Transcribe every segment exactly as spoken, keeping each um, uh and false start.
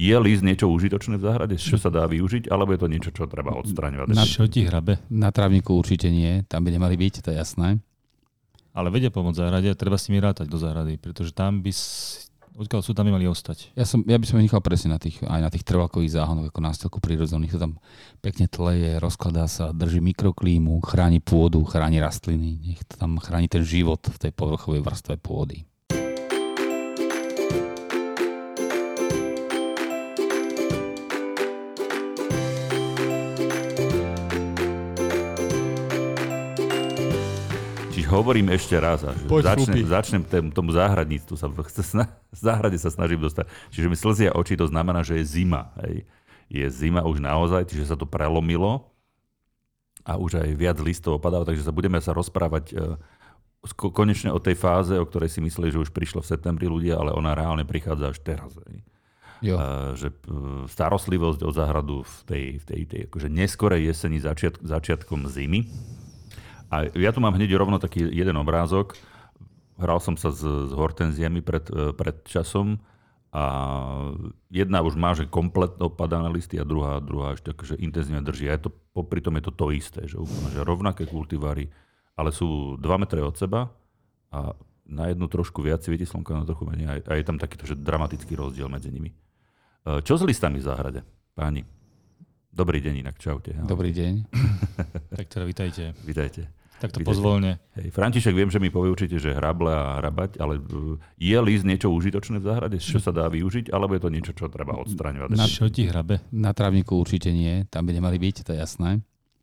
Je list niečo užitočné v záhrade, čo sa dá využiť, alebo je to niečo, čo treba odstraňovať? Na čo ti hrabe? Na trávniku určite nie, tam by nemali byť, to je jasné. Ale vedia pomôcť záhrade a treba s nimi rátať do záhrady, pretože tam by... Odkiaľ sú, tam by mali ostať. Ja, som, ja by som ich nechal presne na tých, aj na tých trvalkových záhonoch, ako nástielku prírodzených. To tam pekne tleje, rozkladá sa, drží mikroklímu, chráni pôdu, chráni rastliny. Nech to tam chráni ten život v tej povrchovej vrstve pôdy. Hovorím ešte raz, že začnem, začnem tém, tomu záhradníctvu. Sa, v záhrade sa snažím dostať. Čiže mi slzia oči, to znamená, že je zima. Hej. Je zima už naozaj, čiže sa to prelomilo a už aj viac listov opadáva, takže sa budeme sa rozprávať e, konečne o tej fáze, o ktorej si mysleli, že už prišlo v septembri ľudia, ale ona reálne prichádza až teraz. Hej. Jo. E, že e, starostlivosť o záhradu v tej, v tej, tej akože neskorej jeseni začiat, začiatkom zimy. A ja tu mám hneď rovno taký jeden obrázok. Hral som sa s, s hortenziami pred, pred časom a jedna už má, že kompletne opadané listy a druhá, druhá ešte takže intenzívne drží. A je to, popri tom je to to isté, že úplne že rovnaké kultivary, ale sú dva metre od seba a na jednu trošku viac svieti slnko, na trochu menej. A je tam takýto že dramatický rozdiel medzi nimi. Čo s listami v záhrade, páni? Dobrý deň inak, čaute. Dobrý deň. Tak teda vitajte. Vitajte. Tak to pozvolne. Hej, František, viem, že mi povie určite, že hrable a hrabať, ale je list niečo užitočné v záhrade, čo sa dá využiť, alebo je to niečo, čo treba odstraňovať? Na čo ti hrabe? Na trávniku určite nie, tam by nemali byť, to je jasné.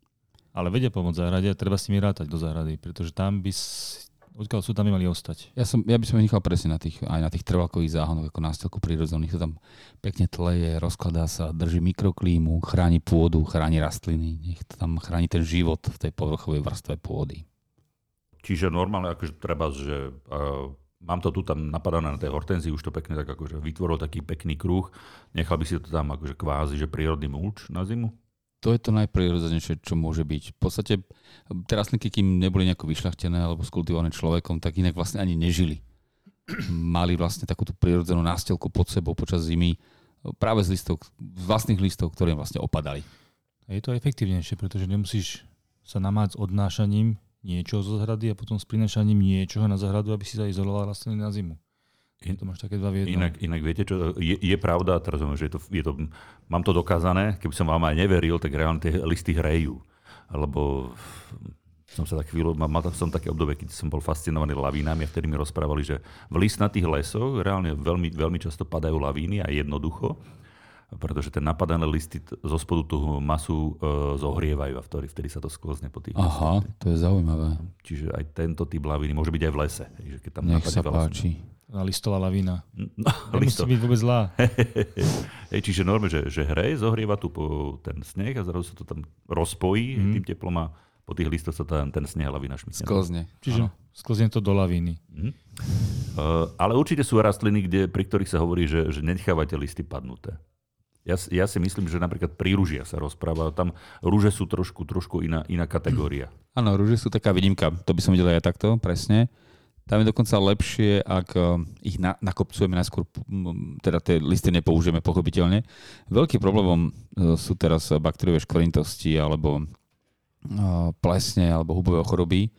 Ale vedia pomôcť záhrade a treba s nimi rátať do záhrady, pretože tam by... Odkiaľ sú, tam by mali ostať. Ja, som, ja by som ich nechal presne na tých, aj na tých trvalkových záhonoch, ako nástielku prírodzených. To tam pekne tleje, rozkladá sa, drží mikroklímu, chráni pôdu, chráni rastliny. Nech to tam chráni ten život v tej povrchovej vrstve pôdy. Čiže normálne, akože treba, že uh, mám to tu tam napadané na tej hortenzii, už to pekne tak akože vytvoril taký pekný kruh. Nechal by si to tam akože kvázi, že prírodný mulč na zimu? To je to najprirodzenejšie, čo môže byť. V podstate tie rastlinky, kým neboli nejako vyšľachtené alebo skultivované človekom, tak inak vlastne ani nežili. Mali vlastne takúto prirodzenú nástielku pod sebou počas zimy práve z listov, z vlastných listov, ktoré vlastne opadali. A je to efektívnejšie, pretože nemusíš sa namáť s odnášaním niečoho zo zahrady a potom s prinášaním niečoho na zahradu, aby si sa izoloval rastliny na zimu. In, to máš také dva v jednom. Inak, inak viete čo, je, je pravda, teraz že je to, je to, mám to dokázané, keby som vám aj neveril, tak reálne tie listy hrejú. Lebo som sa tak chvíľu, mal, mal som také obdobie, keď som bol fascinovaný lavínami a vtedy mi rozprávali, že v listnatých lesoch reálne veľmi, veľmi často padajú lavíny a jednoducho, pretože tie napadané listy zo spodu tú masu e, zohrievajú a vtedy, vtedy sa to sklzne po tých. Aha, listách. To je zaujímavé. Čiže aj tento typ lavíny môže byť aj v lese. Keď tam nech sa páči. A listová lavína. No, nemusí byť vôbec zlá. Hej, čiže normálne, že, že hrej, zohrieva tu po ten sneh a zrazu sa to tam rozpojí mm. tým teplom a po tých listoch sa ten, ten sneh a lavína šmykne. Sklzne. Čiže sklzne to do lavíny. Mm. Uh, ale určite sú rastliny, kde, pri ktorých sa hovorí, že, že nechávajte listy padnuté. Ja, ja si myslím, že napríklad pri rúžia sa rozpráva. Tam rúže sú trošku, trošku iná, iná kategória. Áno, rúže sú taká výnimka. To by som videl aj takto, presne. Tam je dokonca lepšie, ak ich na, nakopcujeme najskôr, teda tie listy nepoužijeme pochopiteľne. Veľkým problémom sú teraz bakteriové škvrnitosti alebo plesne alebo hubové choroby.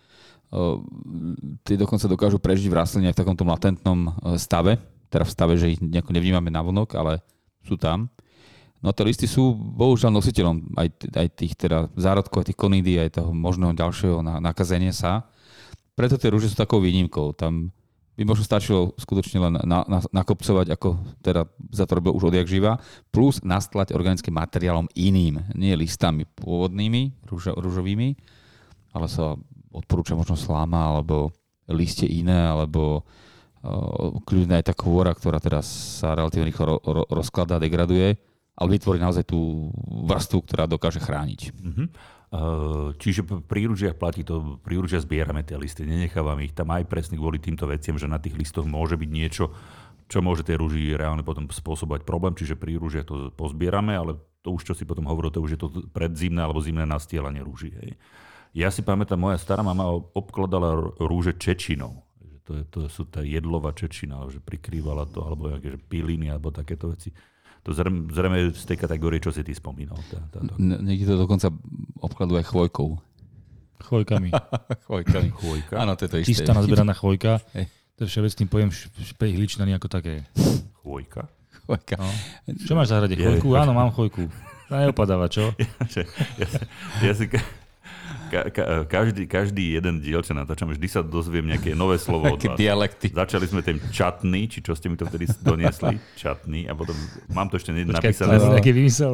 Tie dokonca dokážu prežiť v rastline v takomto latentnom stave, teda v stave, že ich nejako nevnímame navonok, ale sú tam. No a tie listy sú bohužiaľ nositeľom aj, aj tých teda zárodkov, aj tých konídy, aj toho možného ďalšieho nakazenia sa. Preto tie rúže sú takou výnimkou. Tam by možno stačilo skutočne len na, na, nakopcovať, ako teda za to robil už odjak živa, plus nastlať organickým materiálom iným, nie listami pôvodnými, rúžo, rúžovými, ale sa odporúča možno sláma, alebo listie iné, alebo uh, kľudne aj tá kôra, ktorá teda sa relatívne rýchlo ro, ro, rozkladá, degraduje, ale vytvorí naozaj tú vrstvu, ktorá dokáže chrániť. Mm-hmm. Čiže pri rúžiach platí to, pri rúžiach zbierame tie listy, nenechávame ich tam aj presne kvôli týmto veciam, že na tých listoch môže byť niečo, čo môže tej rúži reálne potom spôsobovať problém, čiže pri rúžiach to pozbierame, ale to už, čo si potom hovoril, to už je to predzimné alebo zimné nastielanie rúží. Hej. Ja si pamätám, moja stará mama obkladala rúže čečinou. To, je, to sú tá jedlová čečina, že prikrývala to, alebo nejaké piliny, alebo takéto veci. to zrejme, zrejme z tej kategórie, čo si ty spomínal. Tá, tá, tá. Niekde to dokonca obkladú aj chvojkou. Chvojkami. Chvojkami. Chvojka. Áno, to je to isté. Čistá nazbieraná chvojka. To je všeobecný pojem pre ihličnany ako také. Chvojka? Chvojka. No. Čo máš v záhrade? Chvojku? Áno, mám chvojku. To neopadáva, čo? Ja, ja, ja si... Ka, ka, každý, každý jeden diel, čo natáčame, vždy sa dozviem nejaké nové slovo od vás. Dialekty. Začali sme tým čatný, či čo ste mi to vtedy doniesli, čatný, a potom mám to ešte napísané. Počkaj, to nejaký vymysel.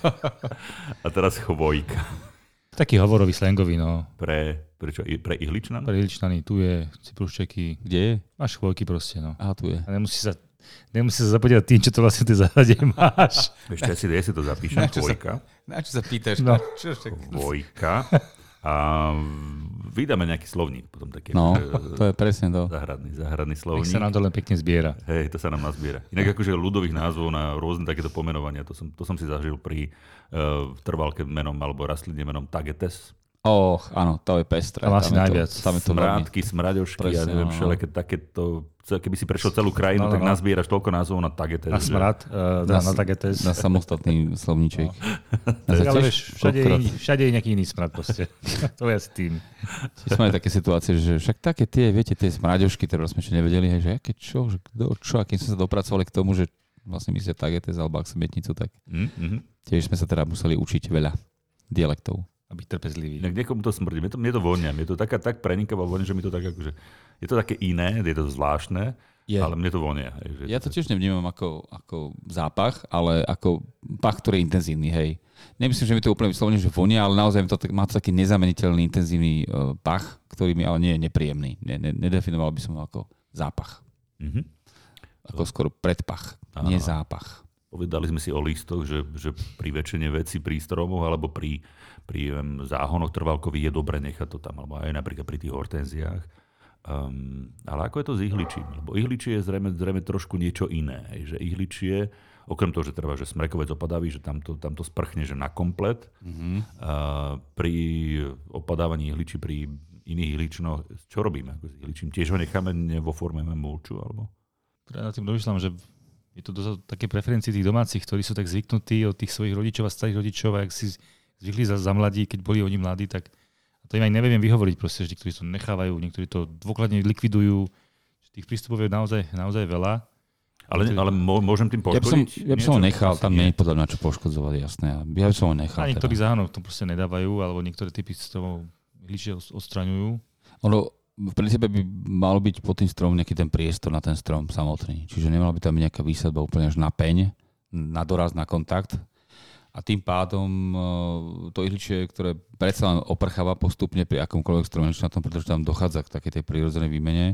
A teraz chvojka. Taký hovorový, slangový, no. Pre, prečo, pre ihličnan? Pre ihličnany, tu je cypruščeky. Kde je? Máš chvojky proste, no. Aha, tu je. A nemusí sa, nemusí sa zapodiať tým, čo to vlastne v tej záhrade máš. Ešte ja si, ja si to zapíšem, chvojka. Na čo sa pýtaš? No. Čo však? Chvojka. A vydáme nejaký slovník potom taký. No, akože, to je presne to. Záhradný, záhradný Tak slovník. sa nám to len pekne zbiera. Hej, to sa nám nazbiera. Inak akože ľudových názvov na rôzne takéto pomenovania, to som, to som si zažil pri uh, trvalke menom alebo rastline menom tagetes. Och, áno, to je pestré. Tam asi najviac. Tam je to Smrádky, smraďošky, ja neviem, všelijaké takéto, keby si prešiel celú krajinu, no, no, tak no. nazbieraš toľko názvov na tagetes. Na smrad, uh, na, na tagetes. Na samostatný slovníček. No. Ale vieš, všade, je, iný, všade je nejaký iný smrad proste. To je asi tým. Tiež sme aj také situácie, že však také tie, viete, tie smraďošky, ktoré sme ešte nevedeli, hej, že aké čo, že kto, čo, a kým sme sa dopracovali k tomu, že vlastne myslia tagetes alebo aksemetnicu, tak mm-hmm. tiež sme sa teda museli učiť veľa dialektov. A byť trpezlivý. Inak niekomu to smrdí. Mne to, mne to vonia. Mne to taká, tak prenikavá vonia, že mi to tak akože... Je to také iné, je to zvláštne, je. Ale mne to vonia. Hej, že ja to tiež nevnímam ako, ako zápach, ale ako pach, ktorý je intenzívny, hej. Nemyslím, že mi to úplne vyslovene, že vonia, ale naozaj to, má to taký nezameniteľný, intenzívny uh, pach, ktorý mi ale nie je nepríjemný. Ne, ne, nedefinoval by som ho ako zápach. Mm-hmm. Ako skôr predpach, Aha. nie zápach. Povedali sme si o listoch, že, že pri väčšine veci pri stromoch alebo pri, pri um, záhonoch trvalkových je dobre nechať to tam, alebo aj napríklad pri tých hortenziách. Um, ale ako je to s ihličím? Lebo ihličie je zrejme, zrejme trošku niečo iné. Že ihličie, okrem toho, že treba, že smrekovec opadáví, že tam to, tam to sprchne, že na komplet. Mm-hmm. Uh, pri opadávaní ihličí, pri iných ihličnoch, čo robíme ako s ihličím? Tiež ho necháme vo forme mulču? Alebo? Ja na tým domýšľam, že je to dosť také preferencie tých domácich, ktorí sú tak zvyknutí od tých svojich rodičov a starých rodičov, a ak si zvykli za, za mladí, keď boli oni mladí, tak to im aj neviem vyhovoriť proste, že niektorí to nechávajú, niektorí to dôkladne likvidujú. Tých prístupov je naozaj, naozaj veľa. Ale, ale môžem tým poškodiť? Ja by som ho nechal, tam nie je podľa mňa čo poškodzovať, jasné. Ja by som ho nechal. A niektorí teda. záhonok to proste nedávajú, alebo niektoré typy stromov hličie odstraňujú. Ono v princípe by mal byť pod tým stromom nejaký ten priestor na ten strom samotný. Čiže nemala by tam byť nejaká výsadba úplne až na peň, na doraz, na kontakt. A tým pádom to ihličie, ktoré predsa len oprcháva postupne pri akomkoľvek strome, na tom, pretože tam dochádza k takej tej prírodzenej výmene,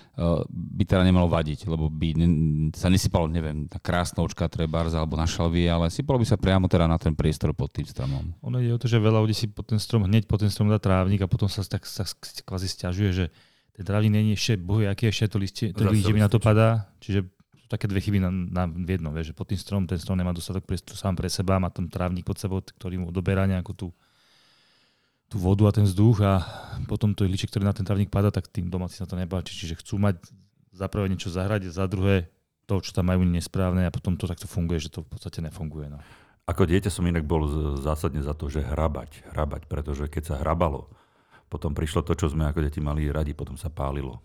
by teda nemalo vadiť, lebo by sa nesypalo, neviem, na krásnočka trebárs alebo na šalvie, ale sypalo by sa priamo teda na ten priestor pod tým stromom. Ono ide o to, že veľa ľudí si pod ten strom, hneď pod ten strom dá trávnik a potom sa tak sa kvázi sťažuje, že ten trávnik nie je ešte, bohu, aký ešte to listie, to lístie mi na to padá, čiže také dve chyby na, na v jednom, že pod tým strom, ten strom nemá dostatok priestoru sám pre seba, má tam trávnik pod sebou, ktorý mu odoberá nejakú tú, tú vodu a ten vzduch, a potom to ihličie, ktoré na ten trávnik padá, tak tým domáci sa to nepáči. Čiže chcú mať za prvé niečo zahrať, za druhé to, čo tam majú, nesprávne, a potom to takto funguje, že to v podstate nefunguje. No. Ako dieťa som inak bol zásadne za to, že hrabať, hrabať, pretože keď sa hrabalo, potom prišlo to, čo sme ako deti mali radi, potom sa pálilo.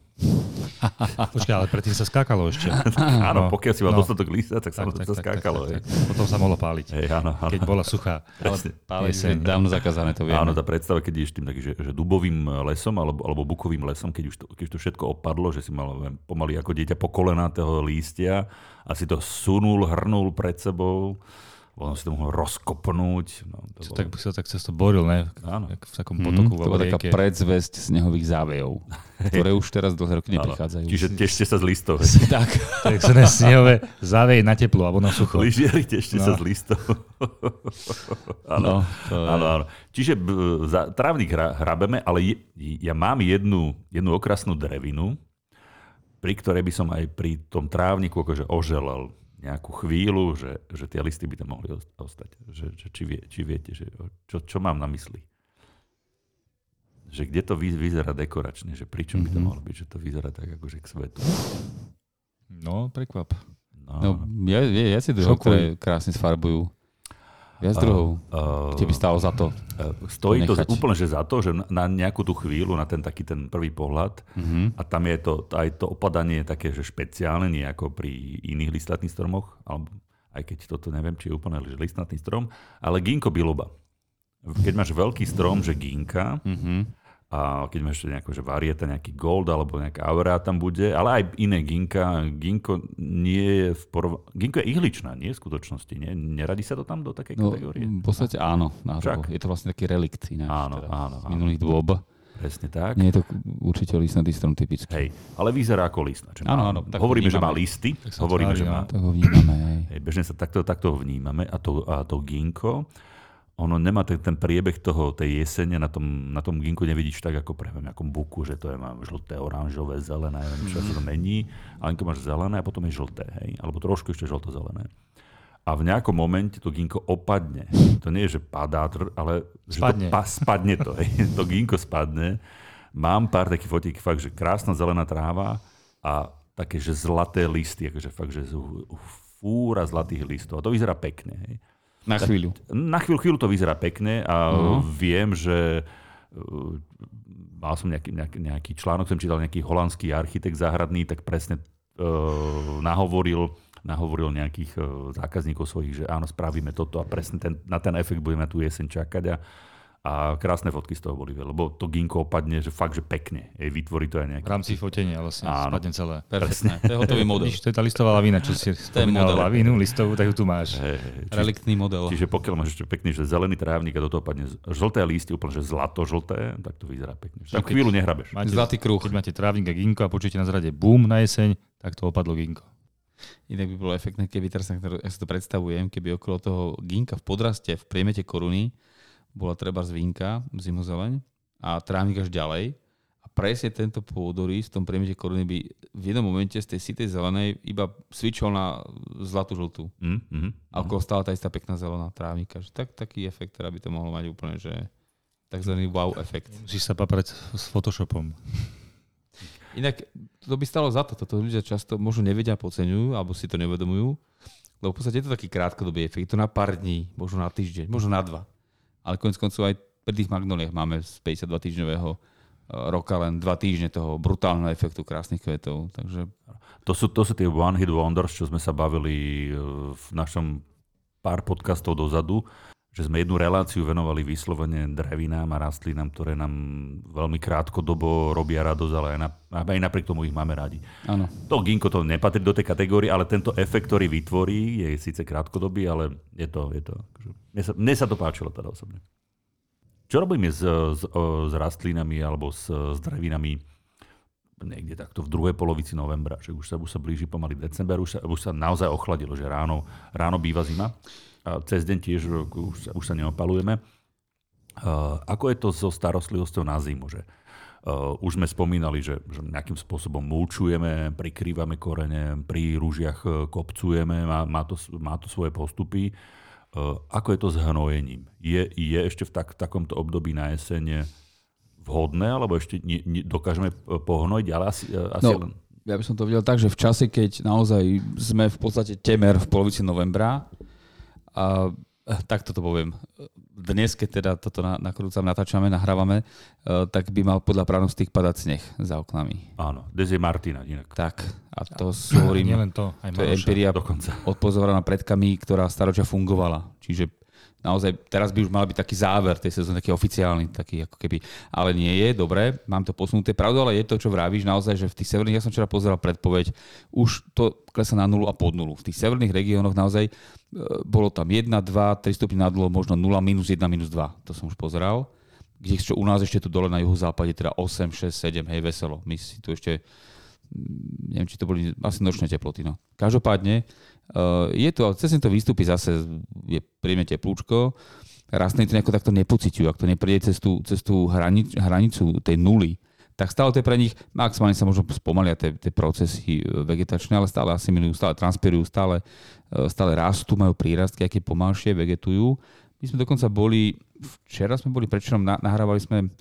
Počkaj, ale predtým sa skákalo ešte. Áno, no, pokiaľ si mal no. dostatok lísta, tak sa tak, tak, skákalo. Tak, tak, tak, tak. Potom sa mohlo páliť, hey, áno, áno. keď bola suchá. Páliť je dávno zakázané, to vieme. Áno, tá predstava, keď ideš tým taký, že, že dubovým lesom alebo, alebo bukovým lesom, keď už, to, keď už to všetko opadlo, že si mal viem, pomaly ako dieťa po kolená toho lístia a si to sunul, hrnul pred sebou. Ono si to mohol rozkopnúť. No, to bolo... Tak by sa tak cesto boril, ne? Áno. V takom potoku. Mm, to bola taká predzvesť snehových závejov, ktoré už teraz dlhé roky neprichádzajú. Čiže tešte sa z listov. Tak. Takzvané snehové záveje na teplo alebo na sucho. Lyžiari tešte no. sa z listov. Áno, no, je... áno, áno. Čiže za trávnik hra, hrabeme, ale je, ja mám jednu, jednu okrasnú drevinu, pri ktorej by som aj pri tom trávniku akože oželel nejakú chvíľu, že, že tie listy by tam mohli ostať. Že, že či, vie, či viete, že, čo, čo mám na mysli. Že kde to vyzerá dekoračne, že pričom mm-hmm. by to mohlo byť, že to vyzerá tak akože k svetu. No, prekvap. No, no ja, ja, ja si druhov, ktoré krásne sfarbujú. Viac druhov. Uh, uh, Kde by stálo za to? Uh, stojí ponechať. To úplne že za to, že na nejakú tú chvíľu, na ten taký ten prvý pohľad, uh-huh. a tam je to, aj to opadanie také, že špeciálne, nie ako pri iných listnatých stromoch, alebo aj keď toto neviem, či je úplne listnatý strom, ale ginkgo biloba. Keď máš veľký strom, že ginka, uh-huh. a keď máš nejakú, že varieta, nejaký gold alebo nejaká aura tam bude, ale aj iné ginka. Ginkgo nie je v porov... Ginkgo je ihličná, nie v skutočnosti. Nie? Neradí sa to tam do takej no, kategórie? V podstate áno. Je to vlastne taký relikt ináč. Áno, teda, áno, z minulých dôb. Presne tak. Nie je to určite listnatý strom typicky. Hej, ale vyzerá ako listná. Áno, áno. Hovoríme, že má listy. Hovoríme, že má... Tak ho vnímame. Hej. Hej, bežne sa takto, takto ho vnímame. A to, a to ginkgo, ono nemá ten, ten priebeh toho, tej jesene, na tom, na tom ginkgu nevidíš tak ako pre nejakom buku, že to je mám žlté, oranžové, zelené, neviem, čo sa to mení. Ale keď máš zelené a potom je žlté, hej? Alebo trošku ešte žlto-zelené. A v nejakom momente to ginkgo opadne. To nie je, že padá, ale spadne. Že to pa, spadne to. Hej? To ginkgo spadne. Mám pár takých fotík, fakt, že krásna zelená tráva a také, že zlaté listy, akože fakt, že fúra zlatých listov. A to vyzerá pekne, hej? Na chvíľu. Na chvíľu, chvíľu to vyzerá pekne a uh-huh. viem, že uh, mal som nejaký, nejaký, nejaký článok, som čítal nejaký holandský architekt záhradný, tak presne uh, nahovoril, nahovoril nejakých uh, zákazníkov svojich, že áno, spravíme toto a presne ten, na ten efekt budeme tu jeseň čakať a, a krásne fotky z toho boli, lebo to ginkgo opadne, že fakt, že pekne. Ej, vytvorí to aj nejaký... V rámci fotenia vlastne áno. Spadne celé. Presne. To je hotový model. To je tá listová lavína, čo si spomínal lavínu listovú, tak ju tu máš. Hey, hey, čiže, reliktný model. Čiže pokiaľ máš ešte pekný, že zelený trávnik a do toho padne žlté listy, úplne že zlato-žlté, tak to vyzerá pekne. Tak chvíľu nehrabeš. Máte, zlatý kruh. Keď máte trávnik a ginkgo a počujete na zrade boom na jeseň, tak to opadlo ginkgo. Inak by bolo efektné, keby teraz, ja si to predstavujem, keby okolo toho ginka v podraste, v priemete koruny, bola treba zvínka, zimozeleň a trávnik až ďalej. A presne tento pôdorys v tom priemete koruny by v jednom momente z tej sitej zelenej iba switchol na zlatú žltú. Mm, mm, a okolo stála tá istá pekná zelená trávnika. Že tak, taký efekt, ktorý by to mohlo mať úplne, že takzvaný wow efekt. Musíš sa paprať s Photoshopom. Inak to by stalo za to. Toto ľudia často možno nevedia, podceňujú, alebo si to nevedomujú. Lebo v podstate je to taký krátkodobý efekt. To na pár dní, možno na týždeň, možno na dva. Ale konec koncov aj pri tých magnoliách máme z päťdesiatdva týždňového roka len dva týždne toho brutálneho efektu krásnych kvetov. Takže... To sú, to sú tie one hit wonders, čo sme sa bavili v našom pár podcastov dozadu, že sme jednu reláciu venovali vyslovene drevinám a rastlinám, ktoré nám veľmi krátkodobo robia radosť, ale aj, na, aj napriek tomu ich máme radi. Áno. To ginkgo to nepatrí do tej kategórie, ale tento efekt, ktorý vytvorí, je síce krátkodobý, ale je to... Je to mne, sa, mne sa to páčilo teda osobne. Čo robíme s, s, s rastlinami alebo s, s drevinami niekde takto v druhej polovici novembra, že už sa, už sa blíži pomaly december, už sa, už sa naozaj ochladilo, že ráno, ráno býva zima. A cez deň tiež už sa, už sa neopalujeme. Uh, ako je to so starostlivosťou na zimu? Že, uh, už sme spomínali, že, že nejakým spôsobom mulčujeme, prikrývame korene, pri rúžiach kopcujeme, má, má, to, má to svoje postupy. Uh, ako je to s hnojením? Je, je ešte v tak, takomto období na jesene vhodné, alebo ešte nie, nie, dokážeme pohnojiť? Ale asi, asi no, len... Ja by som to videl tak, že v čase, keď naozaj sme v podstate temer v polovici novembra, a takto to poviem. Dnes, keď teda toto nakrúcam, natáčame, nahrávame, uh, tak by mal podľa prognostiek padať sneh za oknami. Áno, dnes je Martina inak. Tak, a to sú, hovorím, nie len to, aj to je empiria dokonca odpozorovaná predkami, ktorá staročia fungovala. Čiže naozaj teraz by už mal byť taký záver tej sezóny, taký oficiálny, taký ako keby, ale nie je, dobre, mám to posunuté. Pravda, ale je to, čo vravíš, naozaj, že v tých severných, ja som včera pozeral predpoveď, už to klesá na nulu a pod nulu. V tých severných regiónoch naozaj e, bolo tam jeden, dva, tri stupne nad nulou, možno nula, minus jeden, minus dva. To som už pozeral. Kde čo u nás ešte tu dole na juhozápade, teda osem, šesť, sedem, hej, veselo. My si tu ešte, neviem, či to boli asi nočné teploty, no. Každopádne, Uh, je to, ale cez to výstupy zase je príjme teplúčko, rastliny to nejako takto nepociťujú, ak to nepríde cez tú, cez tú hranic, hranicu tej nuly, tak stále to je pre nich, maximálne sa možno spomalia tie, tie procesy vegetačné, ale stále asimilujú, stále transpirujú, stále, stále rastú, majú prírastky, aké pomalšie vegetujú. My sme dokonca boli, včera sme boli, prečo nahrávali sme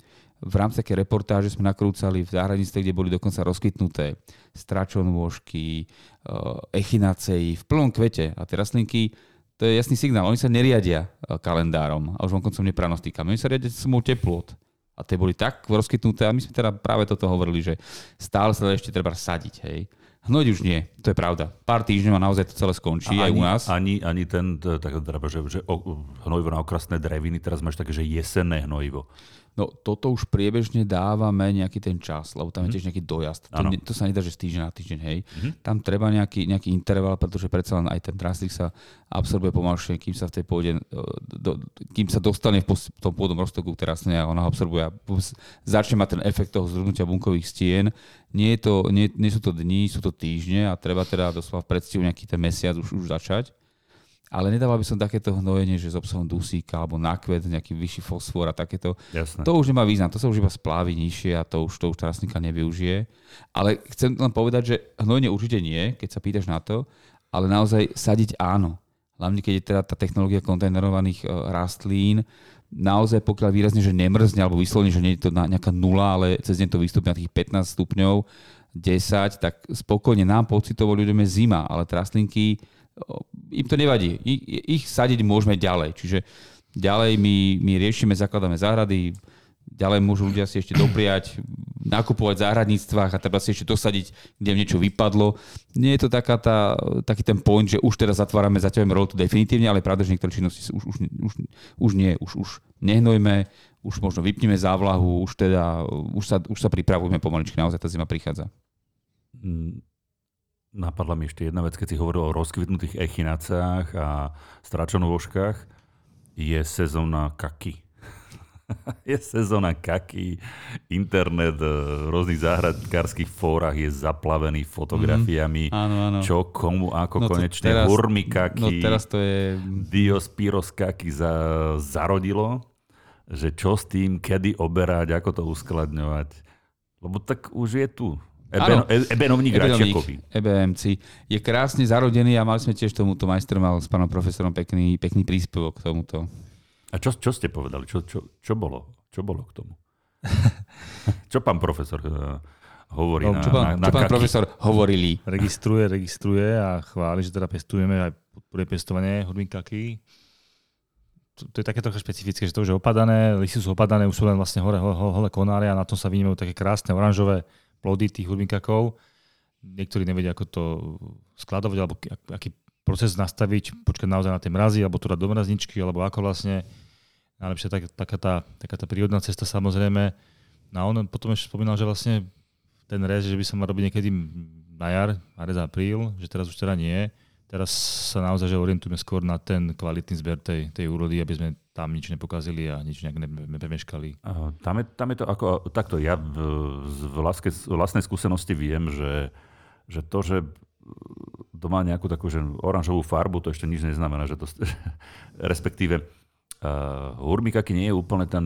v rámci také reportáže sme nakrúcali v záhradníctve, kde boli dokonca rozkytnuté stračonôžky, echinacei v plnom kvete. A tie rastlinky, to je jasný signál, oni sa neriadia kalendárom a už vonkoncom nepranostikami, oni sa riadia sumou teplôt. A tie boli tak rozkytnuté a my sme teda práve toto hovorili, že stále sa ešte treba sadiť, hej. Hnojiť už nie, to je pravda. Pár týždňov a naozaj to celé skončí ani, aj u nás. Ani, ani ten, tak, že, že hnojivo na okrasné dreviny, teraz máš také, že jesenné hnojivo. No toto už priebežne dávame nejaký ten čas, lebo tam je tiež nejaký dojazd. To, ne, to sa nedá, že z týždeň na týždeň, hej. Mm-hmm. Tam treba nejaký, nejaký interval, pretože predsa len aj ten drastik sa absorbuje pomalšie, kým sa v tej pôde, do, kým sa dostane v tom pôdom roztoku k rastline a ona ho absorbuje a začne mať ten efekt toho zhrnutia bunkových stien. Nie, je to, nie, nie sú to dni, sú to týždne a treba teda doslova v predstihu nejaký ten mesiac už, už začať. Ale nedával by som takéto hnojenie, že s obsahom dusíka alebo nákvet, nejaký vyšší fosfor a takéto. Jasné. To už nemá význam, to sa už iba splávi nižšie a to už, to už tá rastlinka nevyužije. Ale chcem len povedať, že hnojenie určite nie, keď sa pýtaš na to, ale naozaj sadiť áno. Hlavne keď je teda tá technológia kontajnerovaných rastlín, naozaj pokiaľ výrazne, že nemrzne alebo vyslovene, že nie je to nejaká nula, ale cez deň to vystúpi na tých pätnásť stupňov, desať, tak spokojne nám pocitovo ľuďom je zima, ale rastlinky im to nevadí. Ich, ich sadiť môžeme ďalej. Čiže ďalej my, my riešime, zakladáme záhrady, ďalej môžu ľudia si ešte dopriať, nakupovať v záhradníctvách a treba si ešte dosadiť, kde im niečo vypadlo. Nie je to taká tá, taký ten point, že už teraz zatvárame, zaťahujem robotu definitívne, ale pravda, že niektoré činnosti už, už, už, už nie, už, už nehnojme, už možno vypneme závlahu, už teda, už sa, už sa pripravujeme pomaličky, naozaj tá zima prichádza. Mm. Napadla mi ešte jedna vec, keď si hovoril o rozkvitnutých echinacách a stračonôžkach. Je sezóna kaky. Je sezóna kaky. Internet v rôznych záhradkárskych fórach je zaplavený fotografiami. Mm, áno, áno. Čo, komu, ako no konečne teraz, hurmy kaky. No teraz to je... Diospyros kaky za, zarodilo. Že čo s tým, kedy oberať, ako to uskladňovať. Lebo tak už je tu. Ebeno, ebenovník Račiakovi. é bé em cé je krásne zarodený a mali sme tiež tomuto, majster mal s pánom profesorom pekný, pekný príspevok k tomuto. A čo, čo ste povedali? Čo, čo, čo, bolo? čo bolo k tomu? Čo pán profesor uh, hovorí no, čo na, pán, na, na čo pán profesor hovorili? Registruje, registruje a chváli, že teda pestujeme aj podporuje pestovanie hudby kaky. To, to je také trochu špecifické, že to už je opadané, listy sú opadané, už sú len vlastne hore, hole, hole konáre a na tom sa vynímajú také krásne oranžové plody tých hudbínkakov. Niektorí nevedia, ako to skladovať, alebo aký proces nastaviť, počkať naozaj na tie mrazy, alebo to dať do mrazničky, alebo ako vlastne. Najlepšia tak, taká, tá, taká tá prírodná cesta samozrejme. No a on potom ešte spomínal, že vlastne ten rez, že by sa mal robiť niekedy na jar, marec, apríl, že teraz už teda nie. Teraz sa naozaj že orientujeme skôr na ten kvalitný zber tej, tej úrody, aby sme tam nič nepokazili a nič nejak nepemeškali. Tam je, tam je to ako takto. Ja z vlastnej skúsenosti viem, že, že to, že to má nejakú takú že oranžovú farbu, to ešte nič neznamená, že to respektíve uh, hurmikaky nie je úplne ten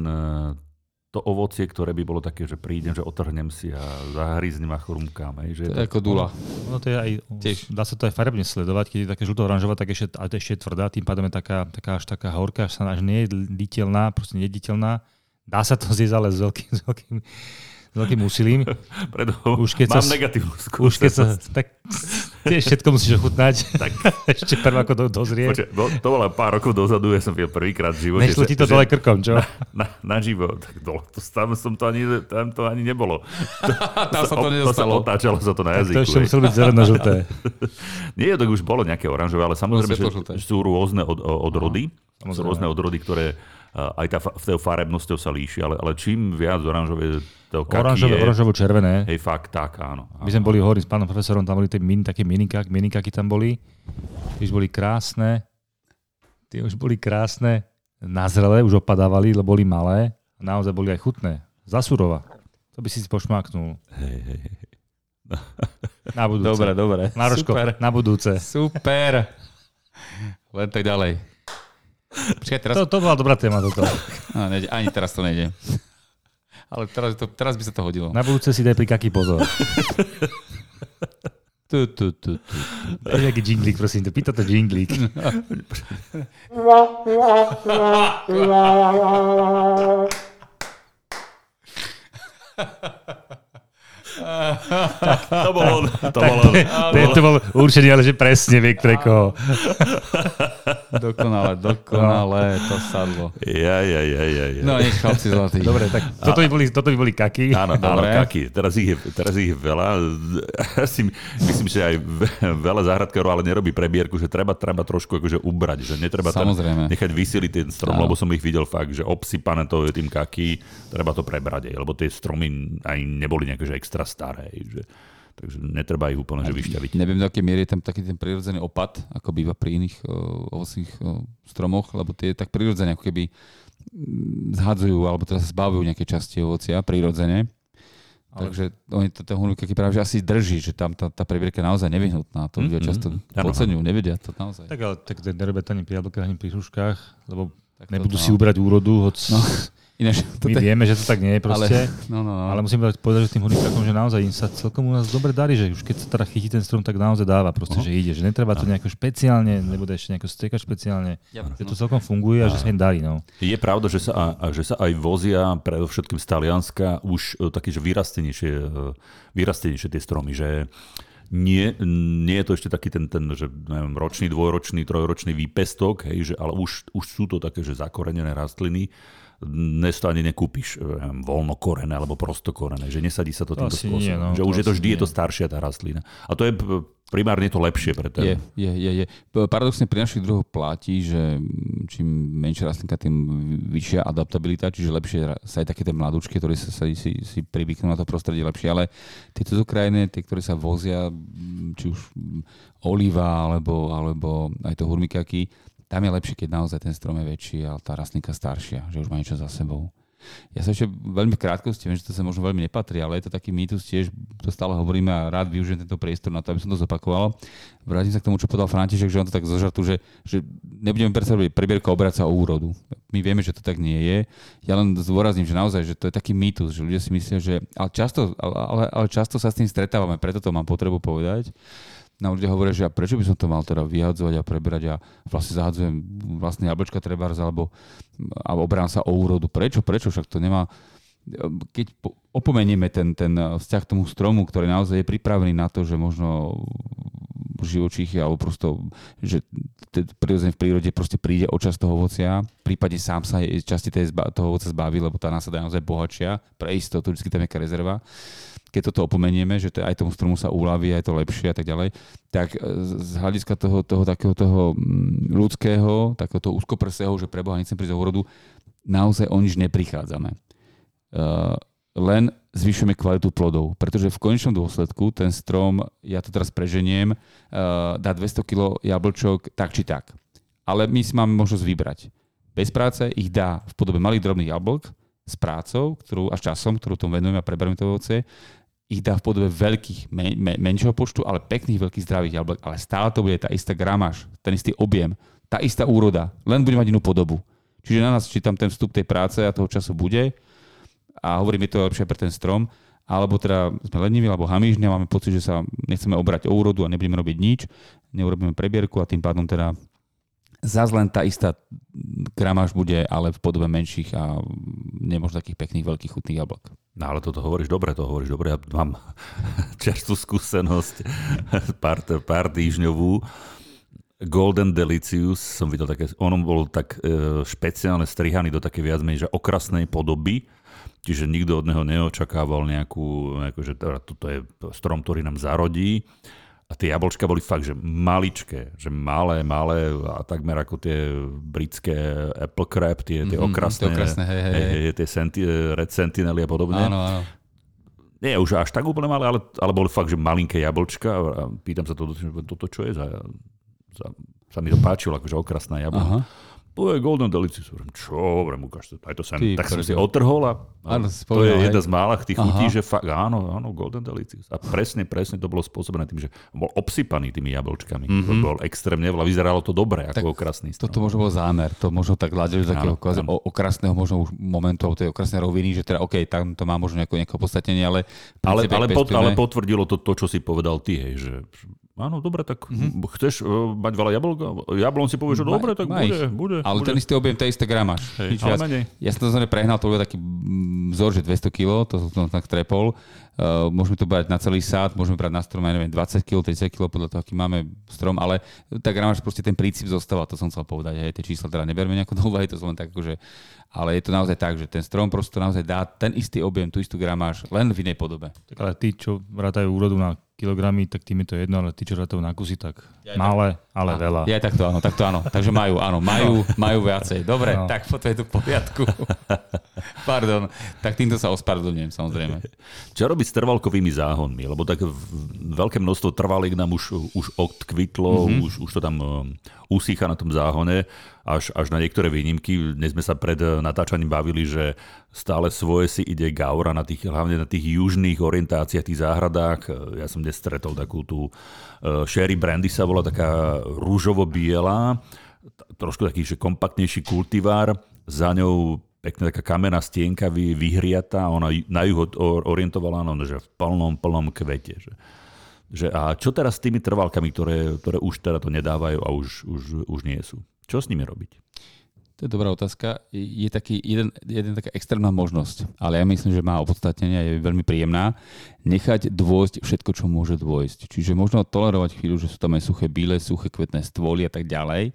to ovocie, ktoré by bolo také, že prídem, že otrhnem si a zahryznem a chrumkám. Že to je ako dula. No, to je aj, dá sa to aj farebne sledovať, keď je také žlto-oranžová, tak ešte, ale to ešte je tvrdá, tým pádom je taká, taká až taká horká, až sa až nejediteľná, proste nejediteľná. Dá sa to zjesť, ale s veľkým, s veľkým, s veľkým úsilím. Preto už keď mám sa, negatívnu skúsenosť. Už keď sa, tak tiež všetko musíš ochutnať. Tak. Ešte prv ako do, dozrie. Počkej, to bolo pár rokov dozadu, ja som videl prvýkrát v živote. Nešlo ti to dole krkom, čo? Na, na, na živo. Tak dole, to, tam, som to ani, tam to ani nebolo. To, tam sa to nedostalo. To sa otáčalo sa to na jazyku. Tak to ešte muselo byť zeleno-žlté. Nie, to už bolo nejaké oranžové, ale samozrejme, že, že sú rôzne od, odrody. Aha, sú rôzne odrody, ktoré aj tá, v tej farebnosťou sa líši, ale, ale čím viac oranžové to kaky oranžové, je... Oranžovo-červené. Hej, fakt, tak, áno. áno. My sme boli hovorili s pánom profesorom, tam boli tie min, také minikák, minikaky tam boli. Tie už boli krásne. Tie už boli krásne. Nazrelé, už opadávali, lebo boli malé. A naozaj boli aj chutné. Zasurova. To by si si pošmáknul. Hej, hej, hej. Na budúce. Dobre, dobre. Nároško, na budúce. Super. Len tak ďalej. Počkaj, teraz... to, to bola dobrá téma toto. No, nejde, ani teraz to nejde. Ale teraz, to, teraz by sa to hodilo. Na budúce si daj pri kaký pozor. Tu, tu, tu, tu. Daj nejaký džinglík, prosím, to pýta to džinglík. To bolo... To bolo, to bolo určite, ale že presne vie, pre koho. Dokonale, dokonale, to sadlo. Ja, ja, ja, ja, ja. No, nič, chlapci zlatí. Dobre, tak toto by boli, toto by boli kaky. Áno, áno, kaky. Teraz ich, je, teraz ich je veľa. Ja si myslím, že aj veľa záhradkárov ale nerobí prebierku, že treba, treba trošku akože ubrať, že netreba tam nechať vysiliť ten strom, áno. Lebo som ich videl fakt, že obsypané to je tým kaky, treba to prebrať, lebo tie stromy aj neboli nejaké že extra staré. Že, takže netreba ich úplne že vyšťaviť. Neviem, do akej miery je tam taký ten prirodzený opad, ako býva pri iných uh, ovocných uh, stromoch, lebo tie tak prirodzene ako keby zhadzujú, alebo teda sa zbavujú nejaké časti ovocia prirodzene. Ale... Takže oni to ten hurmikaky práve že asi drží, že tam tá, tá prebierka je naozaj nevyhnutná. To ľudia mm, často mm, podceňujú, nevedia to naozaj. Tak ale tak nerobia to ani pri jablkách, ani pri hruškách, lebo tak nebudú to, si no. ubrať úrodu, hoď... No. Ináč, my te... vieme, že to tak nie je proste, ale, no, no, no. ale musím povedať, že tým hurmikakom, že naozaj im sa celkom u nás dobre darí, že už keď sa teda chytí ten strom, tak naozaj dáva proste, uh-huh. že ide, že netreba to nejako špeciálne, nebude ešte nejako striekať špeciálne, ja, že to celkom funguje a, a že sa im darí. No. Je pravda, že sa, a, že sa aj vozia predovšetkým z Talianska už také, že vyrastenejšie, vyrastenejšie tie stromy, že nie, nie je to ešte taký ten, ten že neviem, ročný, dvojročný, trojročný výpestok, hej, že, ale už, už sú to také, že zakorenené rastliny. Dnes to ani nekúpiš neviem, voľnokorené alebo prostokorené, že nesadí sa to týmto spôsobom. Nie, no, že už je to vždy je to staršia tá rastlina. A to je primárne to lepšie pre ten. Je, je, je, je. Paradoxne pri našich druhoch platí, že čím menšia rastlinka, tým vyššia adaptabilita, čiže lepšie sa aj také tie mladúčky, ktoré sa si, si, si privyknú na to prostredie lepšie, ale tieto krajiny, tie, ktoré sa vozia, či už oliva alebo, alebo aj to hurmikaky, tam je lepšie, keď naozaj ten strom je väčší a tá rastlinka staršia, že už má niečo za sebou. Ja sa ešte veľmi v krátkosti, viem, že to sa možno veľmi nepatrí, ale je to taký mýtus tiež, to stále hovoríme a rád využijem tento priestor na to, aby som to zopakoval. Vrátim sa k tomu, čo povedal František, že on to tak zožartú, že, že nebudeme predstavovať prebierka obrať sa o úrodu. My vieme, že to tak nie je. Ja len zdôrazním, že naozaj, že to je taký mýtus, že ľudia si myslia, že ale často, ale, ale často sa s tým stretávame, preto to mám potrebu povedať. No ľudia hovoria, že a prečo by som to mal teda vyhadzovať a preberať a vlastne zahadzujem vlastne jablčka trebárs alebo a obrám sa o úrodu. Prečo? Prečo? Však to nemá... Keď opomenieme ten, ten vzťah k tomu stromu, ktorý naozaj je pripravený na to, že možno živočíchy alebo prosto, že prirodzene v prírode proste príde o časť toho ovocia, prípadne sám sa časti toho ovocia zbaví, lebo tá násada je naozaj bohatšia, pre istotu, vždy tam je nejaká rezerva. Keď toto opomenieme, že to aj tomu stromu sa uľaví, aj to lepšie a tak ďalej, tak z hľadiska toho, toho takého toho ľudského, takého toho úzkoprsého, že preboha nechcem prísť do úrodu, naozaj o nič neprichádzame. Uh, len zvyšujeme kvalitu plodov, pretože v konečnom dôsledku ten strom, ja to teraz preženiem, uh, dá dvesto kilogramov jablčok tak či tak. Ale my si máme možnosť vybrať. Bez práce ich dá v podobe malých drobných jablk, s prácou, ktorú až časom, ktorú tomu venujeme a prebereme to ovocie, ich dá v podobe veľkých, men, men, menšieho počtu, ale pekných, veľkých, zdravých jablok. Ale stále to bude tá istá gramáž, ten istý objem, tá istá úroda, len bude mať inú podobu. Čiže na nás, či tam ten vstup tej práce a toho času bude, a hovorím, je to lepšie pre ten strom, alebo teda sme leniví, alebo hamížni a máme pocit, že sa nechceme obrať o úrodu a nebudeme robiť nič, neurobíme prebierku a tým pádom teda zás len tá istá gramáž bude, ale v podobe menších a nemožno takých pekných, veľkých, chutných jablok. No ale toto hovoríš dobre, to hovoríš dobre. Ja mám čerstvú skúsenosť, pár, pár týždňovú. Golden Delicious, som videl také, on bol tak e, špeciálne strihaný do také viac menej, že okrasnej podoby, čiže nikto od neho neočakával nejakú, nejakú že toto je strom, ktorý nám zarodí. A tie jablčka boli fakt, že maličké, že malé, malé a takmer ako tie britské apple crab, tie, tie okrasné, mm-hmm, okrasné hej, hej, hej. tie senti, red sentinely a podobne. Áno, áno. Nie už až tak úplne malé, ale, ale boli fakt, že malinké jablčka a pýtam sa to, toto čo je za, za sa mi to páčilo, akože okrasná jablka. Aha. To je Golden Delicious. Čo? Hovorím, ukáž to. Aj to sem. Tak som si otrhol a áno, to je jedna z mála tých chutí, že fakt, áno, áno, Golden Delicious. A presne, presne to bolo spôsobené tým, že bol obsypaný tými jablčkami. Mm-hmm. To bol extrémne veľa. Vyzeralo to dobre, ako okrasný strom. Toto možno bol zámer. To možno tak hľadili do takého okrasného možno už momentu, alebo tej okrasnej roviny, že teda OK, tam to má možno nejaké, nejaké podstatnenie, ale... Ale, ale, pot, ale potvrdilo to, to, čo si povedal ty, hej, že Áno, dobre, tak mm-hmm. chceš uh, mať veľa jablka? Jablon si povie, že dobre, tak ma bude, bude. Ale bude. ten istý objem, ten istý gramáž. Hej, ale menej. Ja som to znamená prehnal, to bol taký vzor, že dvesto kilogramov, to som tak trepol. Uh, môžeme to brať na celý sád, môžeme brať na strom, ja neviem, dvadsať kilogramov, tridsať kilogramov, podľa toho, aký máme strom, ale tá gramáž, proste ten princíp zostáva, to som chcel povedať. Hej, tie čísla teda neberme nejako do úvahy, to som len tak akože, ale je to naozaj tak, že ten strom proste naozaj dá ten istý objem, tú istú gramáž, len v inej podobe. Tak ale tí, čo rátajú úrodu na kilogramy, tak tým je to jedno, ale tí, čo rátajú na kusy, tak ja malé, ale a, veľa. Ja takto áno, takto áno. Takže majú, áno, majú, majú viacej. Dobre, no. Tak potom je to v poriadku. Pardon. Tak týmto sa ospravedlňujem, samozrejme. Čo robiť s trvalkovými záhonmi? Lebo tak veľké množstvo trvalík nám už, už odkvitlo, mm-hmm. už, už to tam usícha na tom záhone, až, až na niektoré výnimky. Dnes sme sa pred natáčaním bavili, že stále svoje si ide Gaura, na tých, hlavne na tých južných orientáciách, tých záhradách. Ja som dnes stretol takú tú uh, Sherry Brandy sa bola taká rúžovo-biela, trošku taký že kompaktnejší kultivár, za ňou pekná taká kamenná stienka vyhriata, ona na juh orientovala, no, že v plnom, plnom kvete. Že. Že a čo teraz s tými trvalkami, ktoré, ktoré už teda to nedávajú a už, už, už nie sú? Čo s nimi robiť? To je dobrá otázka. Je taký jeden, jeden taká extrémna možnosť, ale ja myslím, že má opodstatnenie a je veľmi príjemná. Nechať dôjsť všetko, čo môže dôjsť. Čiže možno tolerovať chvíľu, že sú tam aj suché bíle, suché kvetné stôly a tak ďalej.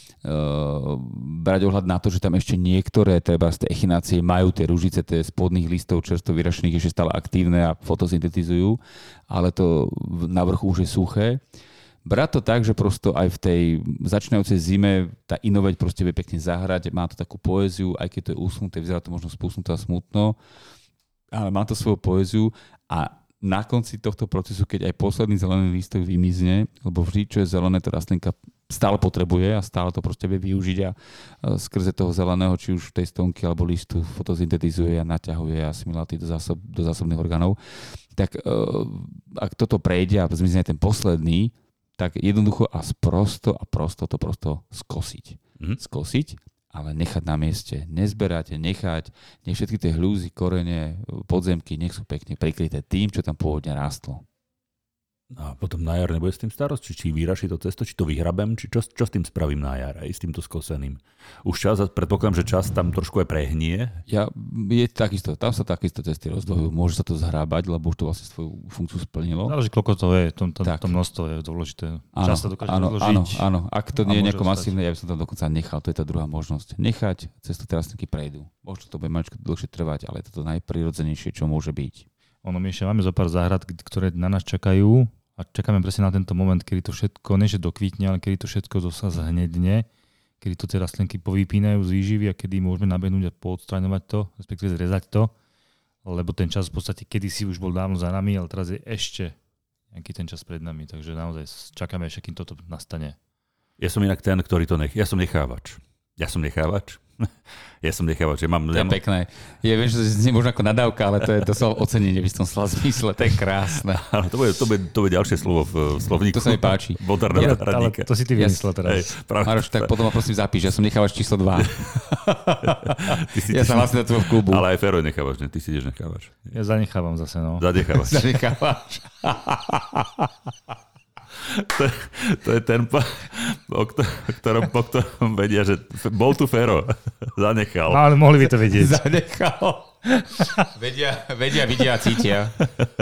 Uh, brať ohľad na to, že tam ešte niektoré treba z tej echinácie majú tie ružice, tie spodných listov čerstvo vyrašených ešte stále aktívne a fotosyntetizujú, ale to na vrchu už je suché. Brať to tak, že prosto aj v tej začínajúcej zime tá inoveď proste vie pekne zahrať, má to takú poéziu, aj keď to je usnuté, vyzerá to možno spúsnuté a smutno, ale má to svoju poéziu a na konci tohto procesu, keď aj posledný zelený lístok vymizne, lebo vždy, čo je zelené, to rastlinka stále potrebuje a stále to proste vie využiť a skrze toho zeleného, či už tej stonky alebo listu fotosyntetizuje a naťahuje asimiláty do, zásob, do zásobných orgánov, tak ak toto prejde a zmizne ten posledný, tak jednoducho a sprosto a prosto to prosto skosiť. Mm. Skosiť, ale nechať na mieste, nezberať, nechať, nech všetky tie hľúzy, korene, podzemky, nech sú pekne prikryté tým, čo tam pôvodne rástlo. A potom na jar nebude s tým starosť? Či, či vyraší to cesto, či to vyhrabem, či čo, čo s tým spravím na jar, aj s týmto skoseným? Už čas, predpokladám, že čas tam trošku aj prehnie. Ja, je takisto, tam sa takisto cesty rozdvojujú, môže sa to zhrábať, lebo už to vlastne svoju funkciu splnilo. Záleží, koľko to je, to, to, to množstvo je dôležité. Čas sa dokáže áno, rozložiť. Áno, áno, ak to nie je nejako masívne, ja by som tam dokonca nechal, to je tá druhá možnosť. Nechať, cestu trastníky prejdú. Možno to bude mať dlhšie trvať, ale je to to najprirodzenejšie, čo môže byť. Ono, my ešte máme zo pár záhrad, ktoré na nás čakajú. A čakáme presne na tento moment, kedy to všetko, nie že dokvitne, ale kedy to všetko zasa zhnedne, kedy to tie rastlinky povypínajú z výživy a kedy môžeme nabehnúť a poodstraňovať to, respektíve zrezať to, lebo ten čas v podstate kedysi už bol dávno za nami, ale teraz je ešte nejaký ten čas pred nami, takže naozaj čakáme ešte, kým toto nastane. Ja som inak ten, ktorý to nech... Ja som nechávač. Ja som nechávač. Ja som nechávač, že mám... To je mám... pekné. Ja viem, že to znie možno ako nadávka, ale to je to sa ocenenie v tom zmysle. To je krásne. Ale to bude, to bude, to bude ďalšie slovo v slovníku. To sa mi páči. Ja, ale to si ty vymyslel teraz. Yes. Maroš, tak potom ma prosím zapíš. Ja som nechávač číslo dva. si, ja sa hlasím do tvojho klubu. Ale aj Fero je nechávač, ne? Ty si ideš nechávač. Ja zanechávam zase, no. Zanechávaš. Zanechávaš. To, to je ten, o ktorom, po ktorom vedia, že bol tu Fero. Zanechal. No, ale mohli by to vedieť. Zanechal. vedia, vedia, vidia a cítia.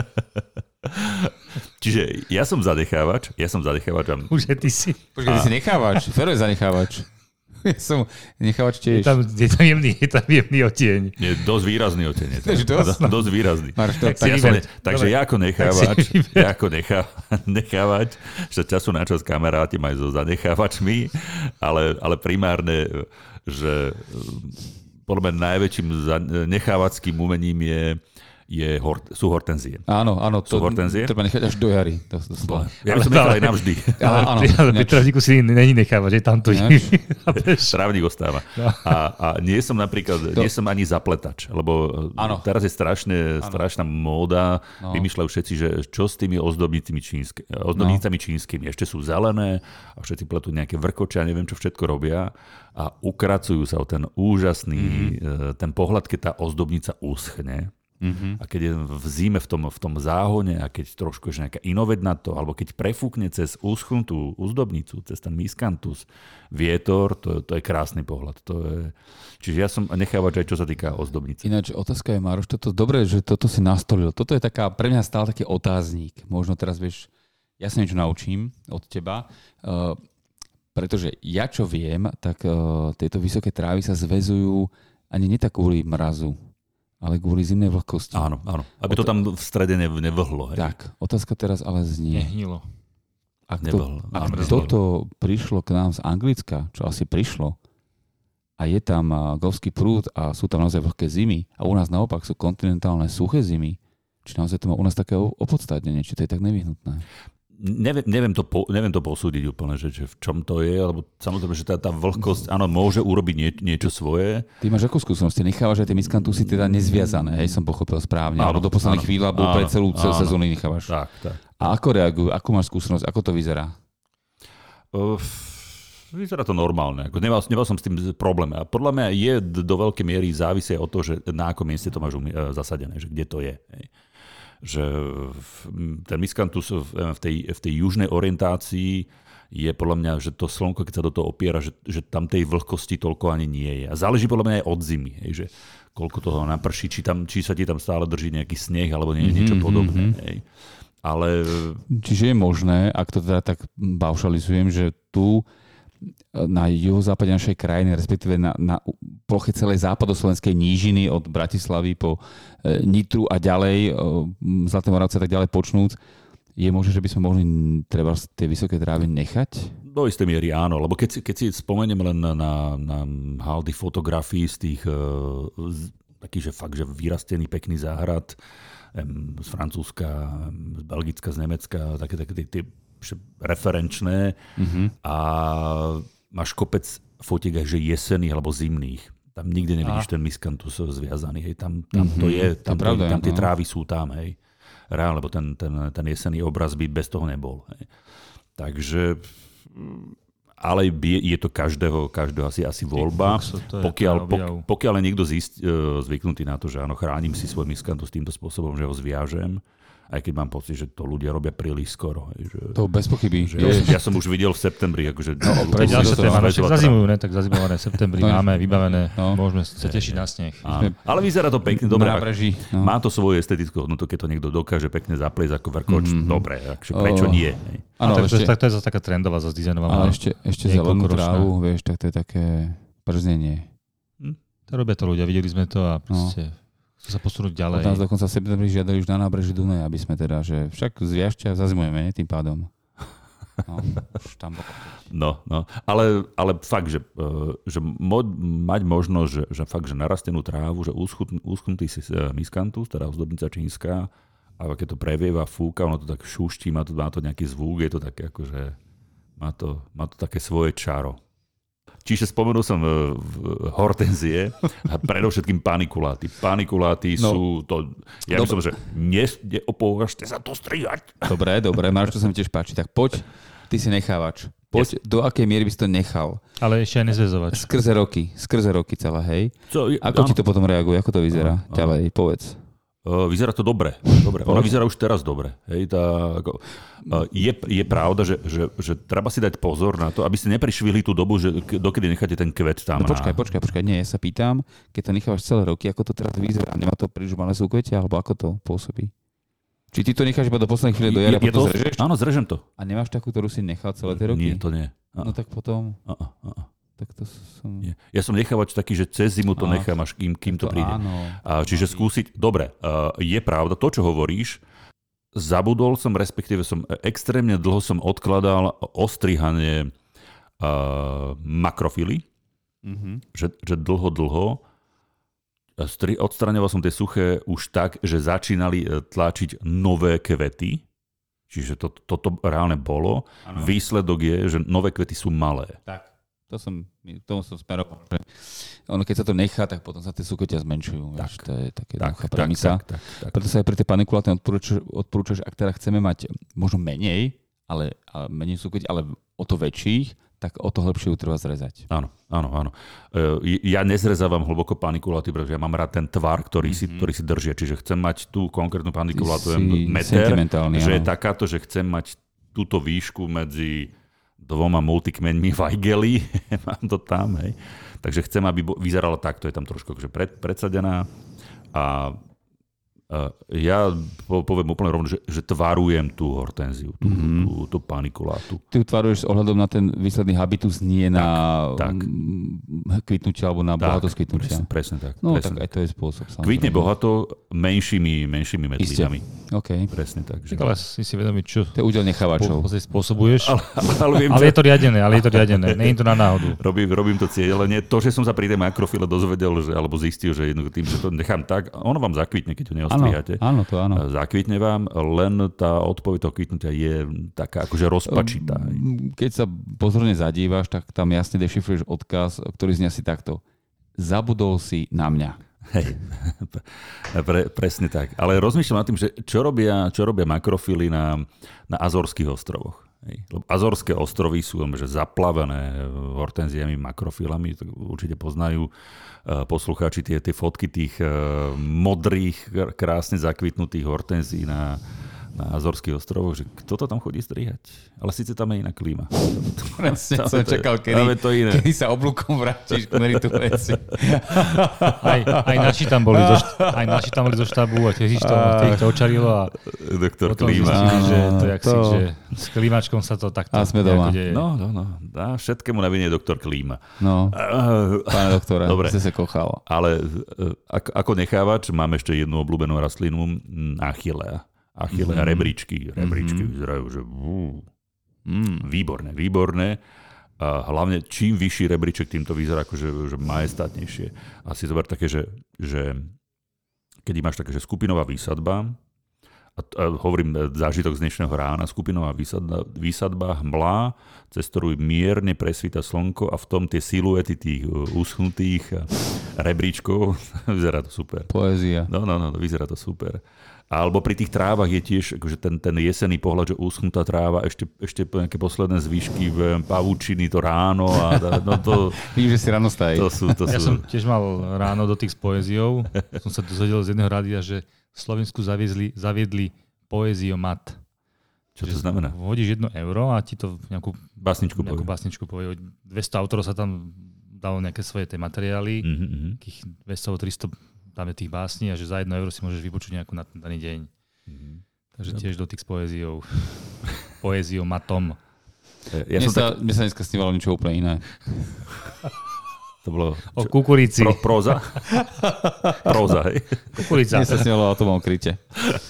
Čiže ja som zanechávač. Ja som zanechávač. A... Už je ty si. Počkaj, ty si nechávač. Fero je zanechávač. Ja som nechávač tiež. Je tam, je tam jemný, je tam jemný oteň. Je dosť výrazný oteň. Je dosť? Dosť, dosť výrazný. Marš, to, tak tak ja som, takže ja ako nechávač, ja ako nechá, nechávač, že času na čas kamaráti majú so zanechávačmi, ale, ale primárne, že podľa mňa najväčším nechávackým umením je Je hort, sú hortenzie. Áno, áno. Sú to hortenzie? Treba nechať až do jary. To, to ja by som nechal aj navždy. Ale, áno, ale pri trávniku si není nechávať, že tam to je. Trávnik ostáva. No. A, a nie som napríklad, to... nie som ani zapletač, lebo áno. Teraz je strašne, strašná móda. No. Vymýšľajú všetci, že čo s tými ozdobnicami čínske, ozdobnicami no. čínskymi. Ešte sú zelené a všetci pletú nejaké vrkoče a neviem, čo všetko robia. A ukracujú sa o ten úžasný, mm-hmm. ten pohľad, keď tá ozdobnica uschne. Mm-hmm. A keď je v zime v tom, v tom záhone a keď trošku je nejaká inoved na to, alebo keď prefúkne cez uschnutú úzdobnicu, cez ten miskantus vietor, to, to je krásny pohľad. To je... Čiže ja som nechávač aj čo sa týka ozdobnice. Ináč otázka je, Mároš, toto dobre, že toto si nastolil. Toto je taká, pre mňa stále taký otáznik. Možno teraz vieš, ja sa niečo naučím od teba, uh, pretože ja čo viem, tak uh, tieto vysoké trávy sa zväzujú ani nie tak kvôli mrazu, ale kvôli zimnej vlhkosti. Áno, áno. Aby to tam v strede nevlhlo. Hej. Tak, otázka teraz ale znie. Nehnilo. Ak, to, ak toto prišlo k nám z Anglicka, čo asi prišlo, a je tam golfský prúd a sú tam naozaj vlhké zimy, a u nás naopak sú kontinentálne suché zimy, či naozaj to má u nás také opodstatnenie, či to je tak nevyhnutné? Neviem, neviem, to, po, neviem to posúdiť úplne, že, že v čom to je, lebo samozrejme, že tá, tá vlhkosť, áno, môže urobiť nie, niečo svoje. Ty máš akú skúsenosť? Ty nechávaš, že tie miskantusy teda nezviazané, hej, som pochopil správne, áno, alebo do posledných chvíľ, alebo pre celú sezónu nechávaš. Tak, tak. A ako reagujú? Akú máš skúsenosť? Ako to vyzerá? Uh, vyzerá to normálne. Ako nemal, nemal som s tým problém. A podľa mňa je do veľkej miery závisí od toho, že na akom mieste to máš zasadené, že kde to je. Hej. Že ten miskantus v tej, v tej južnej orientácii je podľa mňa, že to slnko, keď sa do toho opiera, že, že tam tej vlhkosti toľko ani nie je. A záleží podľa mňa aj od zimy, hej, že koľko toho naprší, či, tam, či sa ti tam stále drží nejaký sneh alebo nie, niečo podobné. Hej. Ale... Čiže je možné, ak to teda tak paušalizujem, že tu na juhozápade našej krajiny, respektíve na, na ploche celej západoslovenskej nížiny od Bratislavy po e, Nitru a ďalej, e, Zlaté Moravce a tak ďalej počnúc, je možné, že by sme mohli treba tie vysoké trávy nechať? Do istej miery áno, lebo keď si, keď si spomeniem len na, na, na haldy fotografií z tých e, z, takých, že fakt, že vyrastený pekný záhrad em, z Francúzska, z Belgicka, z Nemecka, také, také tie referenčné mm-hmm. a máš kopec fotiek aj že jesenných alebo zimných. Tam nikde nevidíš a. ten miskantus zviazaný. Hej. Tam, tam mm-hmm. to je, tam, to, pravda, tam tie no. trávy sú tam. Hej. Reálne, lebo ten, ten, ten jesenný obraz by bez toho nebol. Hej. Takže ale je, je to každého, každého asi, asi voľba. Pokiaľ, pok, pokiaľ je niekto zist, zvyknutý na to, že áno, chránim si svoj miskantus týmto spôsobom, že ho zviažem, aj keď mám pocit, že to ľudia robia príliš skoro. Že, to bez pochyby. Ja, ja som už videl v septembri. Akože, no, pre ďalšie téma, však zazimujú, ne? Tak zazimované v septembri no, máme vybavené, no. Môžeme sa tešiť na sneh. Ale vyzerá to pekne, dobre. No. Má to svoju estetickú hodnotu, keď to niekto dokáže pekne zapliesť ako vrkoč. Mm-hmm. Dobre, akže prečo oh. nie? Áno, tak, ešte, tak to je zase taká trendová, zase dizajnová. Ale ešte, ešte zelenú trávu, vieš, tak to je také prznenie. Hm? To robia to ľudia, videli sme to a proste... No. Chcú sa posunúť ďalej. Od nás dokonca v septembri žiadali už na nábreží Dunaja, aby sme teda, že však zviažte a zazimujeme, ne, tým pádom. No, už tam... no, no. Ale, ale fakt, že, že mo, mať možnosť, že, že fakt, že narastenú trávu, že uschnutý, uschnutý miskantus, teda ozdobnica čínska, a keď to previeva, fúka, ono to tak šuští, má to, má to nejaký zvuk, je to také akože, má to, má to také svoje čaro. Čiže spomenul som hortenzie a predovšetkým panikuláty. Panikuláty no, sú to... Ja by som, že neopouvažte sa to strihať. Dobre, dobre, máš, to sa mi tiež páči. Tak poď, ty si nechávač. Poď, yes. Do akej miery by si to nechal? Ale ešte aj nezväzovať. Skrze roky, skrze roky celé, hej? Co, ako áno. Ti to potom reaguje? Ako to vyzerá? Áno, ďalej, áno. Povedz. Uh, vyzerá to dobre. dobre. Ona vyzerá už teraz dobre. Hej, tá, ako, uh, je, je pravda, že, že, že treba si dať pozor na to, aby ste neprišvihli tú dobu, že dokedy necháte ten kvet tam. No, počkaj, na... počkaj, počkaj. Nie, ja sa pýtam, keď to nechávaš celé roky, ako to teraz vyzerá? Nemá to príliš malé súkvetie, alebo ako to pôsobí? Či ty to necháš iba do poslednej chvíle do jara, potom to... zrežeš? Áno, zrežem to. A nemáš takú, ktorú si nechal celé tie roky? Nie, to nie. Uh-uh. No tak potom... Uh-uh, uh-uh. Tak to som... Nie. Ja som nechávač taký, že cez zimu to nechám, až kým, kým to, to príde. Áno, a, čiže áno. skúsiť... Dobre, uh, je pravda, to, čo hovoríš, zabudol som, respektíve som extrémne dlho som odkladal ostrihanie uh, makrofily, mm-hmm. že, že dlho, dlho. Stri- odstraňoval som tie suché už tak, že začínali tlačiť nové kvety. Čiže to, toto reálne bolo. Ano. Výsledok je, že nové kvety sú malé. Tak. To som, tomu som smeroval. Ono, keď sa to nechá, tak potom sa tie súkotia zmenšujú. Tak, to je také jednoduchá premisa. Tak, tak, tak, Preto sa aj pri tej panikuláte odporúčaš, odporúčaš, ak teda chceme mať možno menej, ale, ale menej súkotí, ale o to väčších, tak o to lepšie ju treba zrezať. Áno, áno, áno. Ja nezrezávam hlboko panikulaty, pretože ja mám rád ten tvar, ktorý si, mm-hmm. ktorý si držia. Čiže chcem mať tú konkrétnu panikulatu meter, že je takáto, že chcem mať túto výšku medzi dvoma multikmeňmi vajgely. Mám to tam, hej. Takže chcem, aby vyzerala takto. Je tam trošku akože pred, predsadená a Uh, ja poviem úplne rovno, že, že tvarujem tú hortenziu, tú, mm-hmm. tú, tú panikulátu. Ty tvaruješ s ohľadom na ten výsledný habitus, nie tak, na tak. kvitnutia alebo na bohatosť kvitnutia. Presne, presne tak. No presne. tak aj to je spôsob. Samozrejme. Kvitne bohato menšími, menšími metlinami. Okay. Presne tak. Že... Ale si si vedomý, čo to je údel nechávačov. Po, spôsobuješ. Ale, ale, viem, ale je to riadené, ale je to riadené. Nie je to na náhodu. Robím, robím to cieľene. To, že som sa pri tej makrofile dozvedel, že, alebo zistil, že tým, že to nechám tak, ono vám zakvitne, keď ho neostrihate. Áno, áno, to áno. Zakvitne vám, len tá odpoveď toho kvitnutia je taká akože rozpačitá. Keď sa pozorne zadívaš, tak tam jasne dešifruješ odkaz, ktorý znie asi takto. Zabudol si na mňa. Hej, Pre, presne tak. Ale rozmýšľam nad tým, že čo robia, čo robia makrofily na, na Azorských ostrovoch. Hej. Lebo Azorské ostrovy sú že zaplavené hortenziami, makrofilami, to určite poznajú poslucháči tie, tie fotky tých modrých, krásne zakvitnutých hortenzií na, na Azorských ostrovoch, že kto to tam chodí strihať? Ale síce tam je iná klíma. Presne som čakal, kedy, to iné. kedy sa oblúkom vrátiš k meritu veci. Aj, aj, naši tam boli zo, aj naši tam boli zo štábu a tiež to, to očarilo a doktor potom klíma. zistili, že to jak to... si, že s klímačkom sa to takto a sme doma. deje. No, no, no. Dá všetkému na vine doktor klíma. No, páne doktore, dobre. ste sa kochal. Ale ako, ako nechávač mám ešte jednu obľúbenú rastlinu, Achillea. Achillea, mm. rebríčky. Rebríčky mm-hmm. vyzerajú, že vú, mm. výborné, výborné. A hlavne čím vyšší rebríček, tým to vyzerá akože že majestátnejšie. A si zober také, že, že keď máš také, že skupinová výsadba, a, a hovorím zážitok z dnešného rána, skupinová výsadba, výsadba hmla, cez ktorú mierne presvíta slnko a v tom tie siluety tých uschnutých rebríčkov, vyzerá to super. Poézia. No, no, no, vyzerá to super. Alebo pri tých trávach je tiež akože ten, ten jesenný pohľad, že uschnutá tráva, ešte, ešte nejaké posledné zvyšky v pavučiny, to ráno. A, no to, Vidím, že si ráno stají. To sú, to ja sú... som tiež mal ráno dotyk s poéziou. Som sa dozvedel z jedného rádia, že v Slovensku zaviedli, zaviedli poéziomat. Čo to znamená? Hodíš jedno euro a ti to nejakú básničku nejakú povie. básničku povie. dvesto autorov sa tam dalo nejaké svoje tie materiály. Mm-hmm. Takých dvesto tristo tam je tých básní a že za jedno euro si môžeš vypočuť nejakú na ten daný deň. Mm-hmm. Takže tiež dotyk s poéziou. Poéziou matom. Ja mne, sa, tak... mne sa dneska snívalo niečo úplne iné. To bolo... O kukurici. Pro, próza? Próza, hej? Kukurica. Mne sa snívalo o atomovom kryte.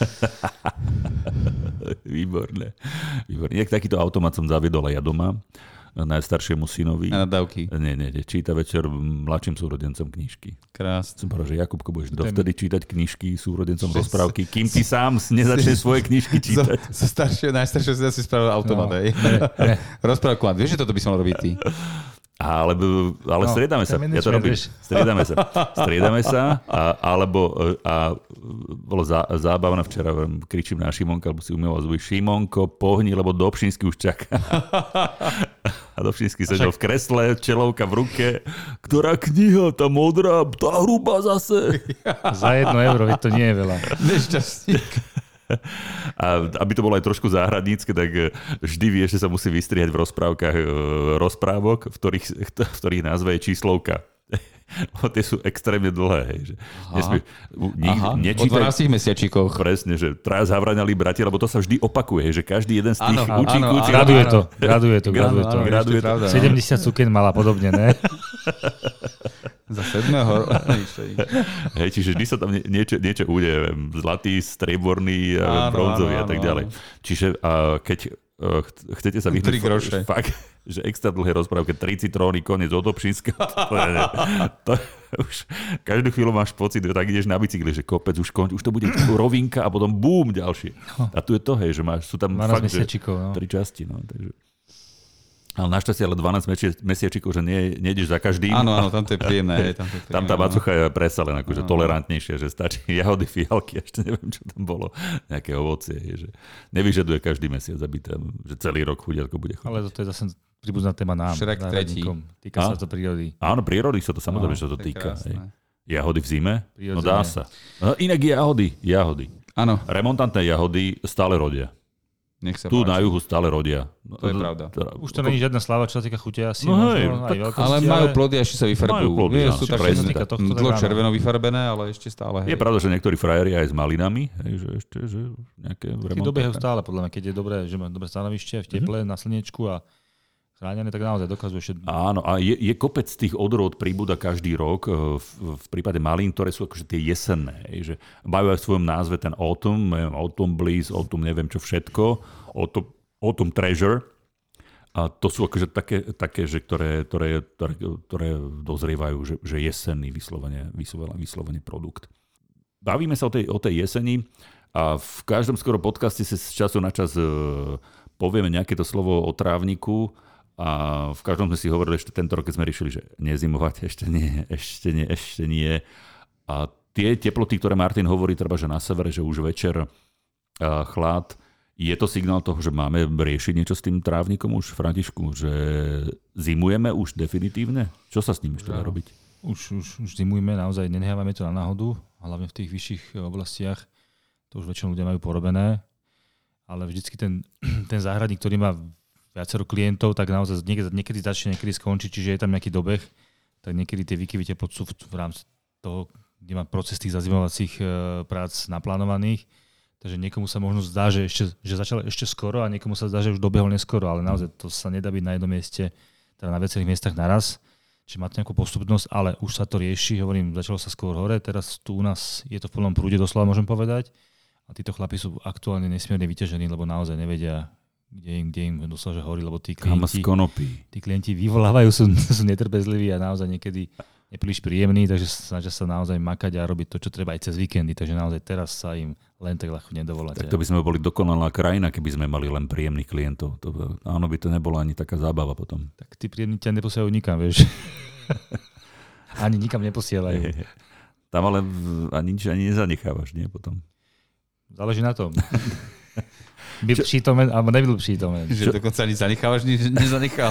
Výborné. Výborné. Takýto automat som zaviedol aj ja doma. Najstaršiemu synovi. A nadávky. Nie, nie, nie. Číta večer mladším súrodencom knižky. Krásne. Som povedal, že Jakubko, budeš dovtedy čítať knižky súrodencom rozprávky, kým ty sám nezačne svoje knižky čítať. So, so staršie, najstaršie si spravil automat, hej. No. Rozprávku, vieš, že toto by som mal robiť ty? Ale, ale no, striedame sa. Ja to robím. Vieš. Striedame sa. Striedame sa. A, alebo a, bolo zá, zábavné včera, kričím na Šimonka, alebo si umýval zuby. Šimonko, pohni, lebo Dobšinský už čaká. A Dobšinský sedel v kresle, čelovka v ruke. Ktorá kniha, tá modrá, tá hrubá zase. Za jedno euro, to nie je veľa. Nešťastník. A aby to bolo aj trošku záhradnícke, tak vždy vie, že sa musí vystriehať v rozprávkach rozprávok, v ktorých, v ktorých názve je číslovka. Tie sú extrémne dlhé. Hej, že nesmie, nik, nečítaj, o dvanástich mesiačíkoch. Presne, že traja zavraňali bratia, lebo to sa vždy opakuje, že každý jeden z tých účinkov... Graduje to, graduje to, graduje to. Graduje to. sedemdesiat cukien mala podobne, ne? Za sedmého. Hej, čiže vždy sa tam niečo, niečo udeje. Zlatý, strieborný, bronzový a tak ďalej. Čiže a keď chcete sa vyhnúť fakt, že extra dlhé rozprávke, tri citróny, koniec od Dobšinského. To, to, už každú chvíľu máš pocit, že tak ideš na bicykli, že kopec už konč, už to bude rovinka a potom bum, ďalšie. A tu je to, hej, že máš, sú tam fakt, že no. tri časti. No, takže. Ale našťastie ale dvanásť mesiačikov, že nie, nejdeš za každým. Áno, áno, tam to je príjemné. Tam, to je príjemné, tam tá macucha je predsa len akože tolerantnejšia, že stačí jahody, fialky, ešte neviem, čo tam bolo, nejaké ovocie. Že nevyžaduje každý mesiac, aby tam, že celý rok chudiatko bude chodiť. Ale to je zase príbuzná téma nám. Šrek tretí. Týka a? sa to prírody. Áno, prírody sa to samozrejme, no, že to týka. Jahody v zime? Prirodzene. No dá sa. No, inak jahody, jahody. Áno. Remontantné jahody stále rodia. Nech sa tu páči. Na juhu stále rodia. To je pravda. Už to není žiadna sláva, čo sa týka chute asi. No hej, tak, ale majú plody a ešte sa vyfarbujú. Majú plody, sú také dlho červeno vyfarbené, ale ešte stále. Hej. Je pravda, že niektorí frajeri aj s malinami, hej, že ešte že nejaké remonty. Keď dobehajú stále, podľa mňa, keď je dobré, že má dobré stanovište v teple, mm-hmm. na slniečku a chránené, tak naozaj dokazujú ešte... Áno, a je, je kopec tých odrôd príbuda každý rok v, v prípade malín, ktoré sú akože tie jesenné, že majú aj v svojom názve ten autumn, autumn bliss, autumn neviem čo všetko, autumn, autumn treasure. A to sú akože také, také že ktoré, ktoré, ktoré, ktoré dozrievajú, že, že jesenný vyslovene, vyslovene, vyslovene produkt. Bavíme sa o tej, o tej jeseni a v každom skoro podcaste sa z času na čas povieme nejaké to slovo o trávniku. A v každom sme si hovorili, ešte tento rok, keď sme riešili, že nezimovať, ešte nie, ešte nie, ešte nie. A tie teploty, ktoré Martin hovorí, treba, že na severe, že už večer chlad, je to signál toho, že máme riešiť niečo s tým trávnikom už, Františku, že zimujeme už definitívne? Čo sa s ním ešte dá robiť? Už, už, už zimujeme, naozaj nenehávame to na náhodu, hlavne v tých vyšších oblastiach. To už väčšinou ľudia majú porobené, ale vždycky ten, ten záhradník, ktorý má viacero klientov, tak naozaj niekedy, niekedy začne, niekedy skončí, čiže je tam nejaký dobeh, tak niekedy tie výkyvy teplot sú v, v rámci toho, kde má proces tých zazimovacích e, prác naplánovaných. Takže niekomu sa možno zdá, že, ešte, že začal ešte skoro a niekomu sa zdá, že už dobehol neskoro, ale naozaj to sa nedá byť na jednom mieste, teda na viacerých miestach naraz. Čiže máte nejakú postupnosť, ale už sa to rieši, hovorím, začalo sa skôr hore, teraz tu u nás je to v plnom prúde, doslova môžem povedať. A títo chlapi sú aktuálne nesmierne vyťažení, lebo naozaj nevedia, kde im, kde im doslova, že horí, lebo tí klienti, tí klienti vyvolávajú, sú, sú netrpezliví a naozaj niekedy nepríliš príjemní, takže snažia sa naozaj makať a robiť to, čo treba aj cez víkendy, takže naozaj teraz sa im len tak ľahko nedovoláte. Tak to by sme boli dokonalá krajina, keby sme mali len príjemných klientov. To, áno, by to nebola ani taká zábava potom. Tak tí príjemní ťa neposielajú nikam, vieš. Ani nikam neposielajú. Tam ale ani nič ani nezanechávaš, nie potom. Záleží na tom. Byl čo? Přítomen, alebo nebyl přítomen. Že čo? Dokonca ani zanechávaš, nič nezanechal.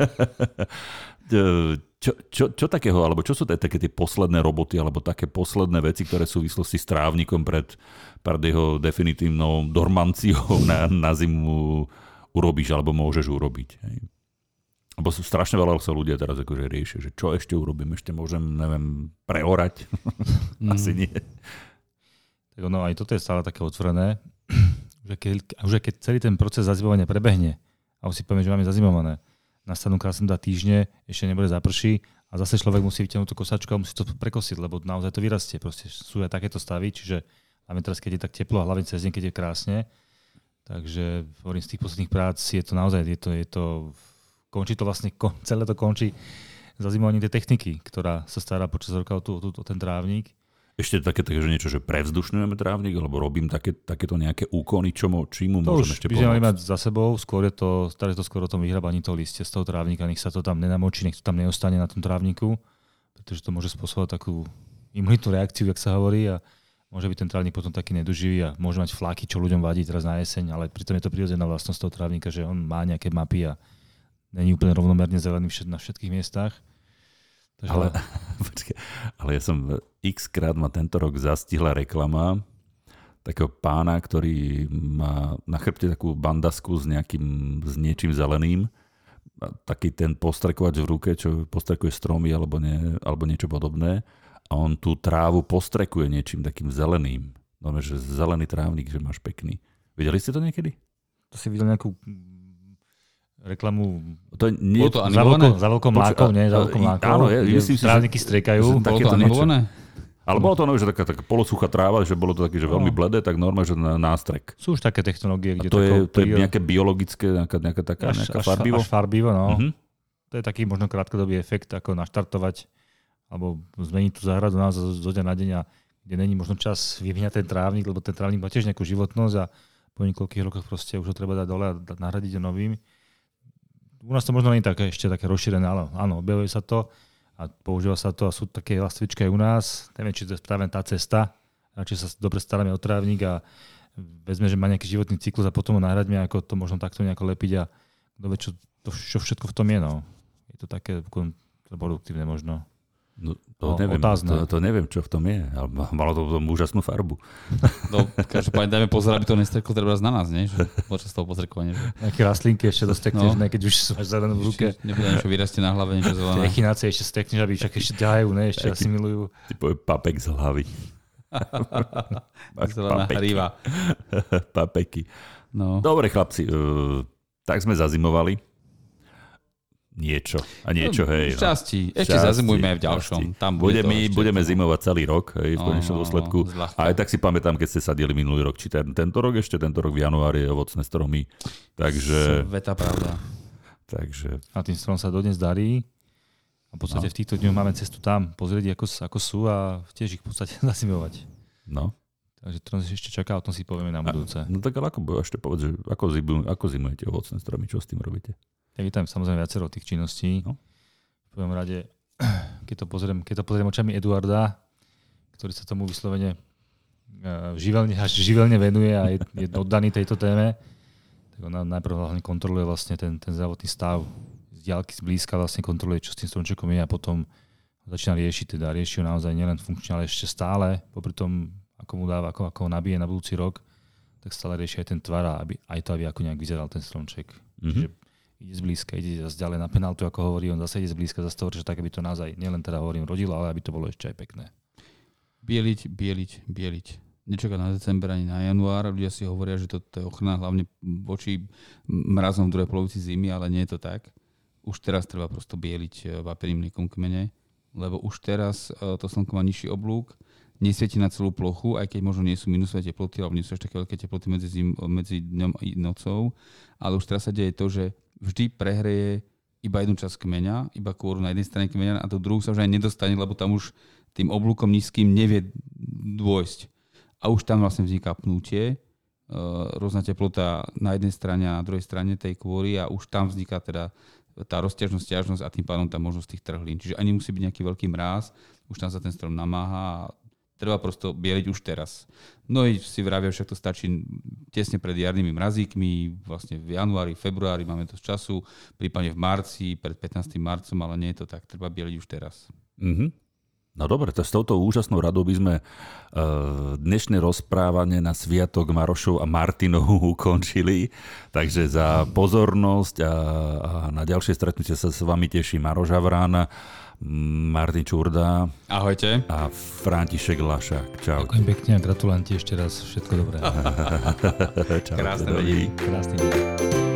čo, čo, čo takého, alebo čo sú také tie posledné roboty, alebo také posledné veci, ktoré sú v súvislosti s trávnikom pred, pred jeho definitívnou dormanciou na, na zimu urobíš, alebo môžeš urobiť. Hej. Lebo sú strašne veľa sa ľudia teraz akože riešia, že čo ešte urobím, ešte môžem, neviem, preorať. Asi nie. Tak ono, aj toto je stále také otvorené. Už keď, už keď celý ten proces zazimovania prebehne a už si povieme, že máme zazimované, nastanú krásne dva týždne, ešte nebude zaprší a zase človek musí vyťahnuť tú kosačku a musí to prekosiť, lebo naozaj to vyrastie. Proste sú aj takéto stavy, čiže hlavne teraz, keď je tak teplo a hlavne cez deň, keď je krásne. Takže hovorím, z tých posledných prác je to naozaj, je to, je to končí to vlastne, celé to končí zazimovaním tej techniky, ktorá sa stará počas roka o, tú, o ten trávnik. Ešte také, také že niečo, že prevzdušňujeme trávnik, alebo robím také, takéto nejaké úkony, čo mu, čím mu to môžem ešte pomôcť? To už by sme mali mať za sebou, skôr je to, staré to skôr o tom vyhrabaní toho listia z toho trávnika, nech sa to tam nenamočí, nech to tam neostane na tom trávniku, pretože to môže spôsobovať takú imunitnú reakciu, jak sa hovorí, a môže byť ten trávnik potom taký nedoživý a môže mať fláky, čo ľuďom vadí teraz na jeseň, ale pritom je to prirodzená vlastnosť toho trávnika, že on má nejaké mapy a není úplne rovnomerne zelený na všetkých miestach. Takže ale, počkej, ale ja som x krát ma tento rok zastihla reklama takého pána, ktorý má na chrbte takú bandasku s nejakým, s niečím zeleným. Taký ten postrekovač v ruke, čo postrekuje stromy alebo, nie, alebo niečo podobné. A on tú trávu postrekuje niečím takým zeleným. No, že zelený trávnik, že máš pekný. Videli ste to niekedy? To si videl nejakú reklamu. To nie, bolo to animované? Za veľkou mlákou, nie? Za veľkou mlákou. Áno, je, myslím si, trávniky striekajú. Bolo to animované? Ale bolo to no, že taká, taká polosuchá tráva, že bolo to také, že veľmi bledé, tak normálne, že na nástrek. Sú už také technológie, kde to je, to je nejaké biologické, nejaká, nejaká taká až, nejaká až, farbivo? Až farbivo, no. Uh-huh. To je taký možno krátkodobý efekt, ako naštartovať alebo zmeniť tú záhradu na zo dňa na deň, a kde není možno čas vyvíjať ten trávnik, lebo ten trávnik má tiež nejakú životnosť a po niekoľkých rokoch proste už ho treba dať dole a nahradiť novým. U nás to možno nie je také, ešte také rozšírené, ale áno, objavuje sa to a používa sa to a sú také lastvičky aj u nás. Neviem, či to je práve tá cesta, radšej sa dobre staráme o trávnik a vezme, že má nejaký životný cyklus a potom ho nahraďme, ako to možno takto nejako lepiť a kto vie, čo to, čo všetko v tom je, no. Je to také kontraproduktívne možno. No, to, no, neviem, to, to neviem, čo v tom je. Ale malo to v tom úžasnú farbu. No, každopádne dajme pozor, aby to nestreklo treba na nás, nie? Že počas toho pozrekovania. Že... Nejaké rastlinky ešte dostekneš, no. Keď už máš zelenú v ruke. Nebude niečo vyrastie na hlave, niečo zelené. Tie echinácie ešte stekneš, aby však ešte ťahajú, ne? Ešte asimilujú. Ty povie papek z hlavy. Zelená hríva. Papeky. No. Dobre, chlapci, uh, tak sme zazimovali. Niečo. A niečo, no, hej. Šťastí. No. Ešte šťastí, zazimujme aj v ďalšom. Tam bude budeme, budeme zimovať celý rok, hej, v konečnom no, dôsledku. Zľahka. A aj tak si pamätám, keď ste sadili minulý rok, či ten, tento rok ešte, tento rok v januári je ovocné stromy. Takže... Sveta pravda. Takže... A tým strom sa dodnes darí. A v podstate no. v týchto dňoch máme cestu tam, pozrieť, ako, ako sú a tiež ich v podstate zazimovať. No. Takže to nás ešte čaká, o tom si povieme na budúce. A, no tak ale ako ešte povedz, že ako, zimu, ako zimujete ovocné stromy, čo s tým robíte? Tak je tam samozrejme viacero tých činností. No. V prvom rade, keď to pozriem, keď to pozriem očami Eduarda, ktorý sa tomu vyslovene živelne, až živelne venuje a je, je oddaný tejto téme, tak on najprv hlavne kontroluje vlastne ten, ten zdravotný stav. Z diaľky, zblízka vlastne kontroluje, čo s tým stromčekom je a potom začína riešiť, teda rieši ho naozaj nielen funkčne, ale ešte stále, popri tom, ako mu dáva, ako, ako ho nabije na budúci rok, tak stále rieši aj ten tvar, aby aj to, aby ako nejak vyzeral ten stromček. Mm-hmm. Čiže ide zblízka, ide zase ďalej na penáltu, ako hovorí, on zase ide zblízka, zase to hovorí, že tak, aby to naozaj, nielen teda hovorím, rodilo, ale aby to bolo ešte aj pekné. Bieliť, bieliť, bieliť. Nečaká na december ani na január. Ľudia si hovoria, že to, to je ochrana hlavne voči mrazom v druhej polovici zimy, ale nie je to tak. Už teraz treba prosto bieliť vápeným mliekom kmene, lebo už teraz to slnko má nižší oblúk, nesvieti na celú plochu, aj keď možno nie sú minusové teploty, alebo nie sú až také veľké teploty medzi, zim, medzi dňom a nocou, ale už teraz sa deje to, že vždy prehreje iba jednu časť kmeňa, iba kôru na jednej strane kmeňa a to druhú sa už aj nedostane, lebo tam už tým oblúkom nízkym nevie dôjsť. A už tam vlastne vzniká pnutie, rôzna teplota na jednej strane a na druhej strane tej kôry a už tam vzniká teda tá rozťažnosť, ťažnosť a tým pádom tá možnosť tých trhlín. Čiže ani musí byť nejaký veľký mráz, už tam sa ten strom namáha a treba prosto bieliť už teraz. Mnohí si vravia, však to stačí tesne pred jarnými mrazíkmi, vlastne v januári, februári máme to z času, prípadne v marci, pred pätnástym marcom, ale nie je to tak, treba bieliť už teraz. Mm-hmm. No dobre, to s touto úžasnou radou by sme uh, dnešné rozprávanie na Sviatok Marošov a Martinov ukončili. Takže za pozornosť a, a na ďalšie stretnutie sa s vami teší Maroš Havrán, Martin Čurda. Ahojte. A František Lašák. Čau. Ďakujem pekne a gratulanti ešte raz. Všetko dobré. Krásne deň. Krásne deň.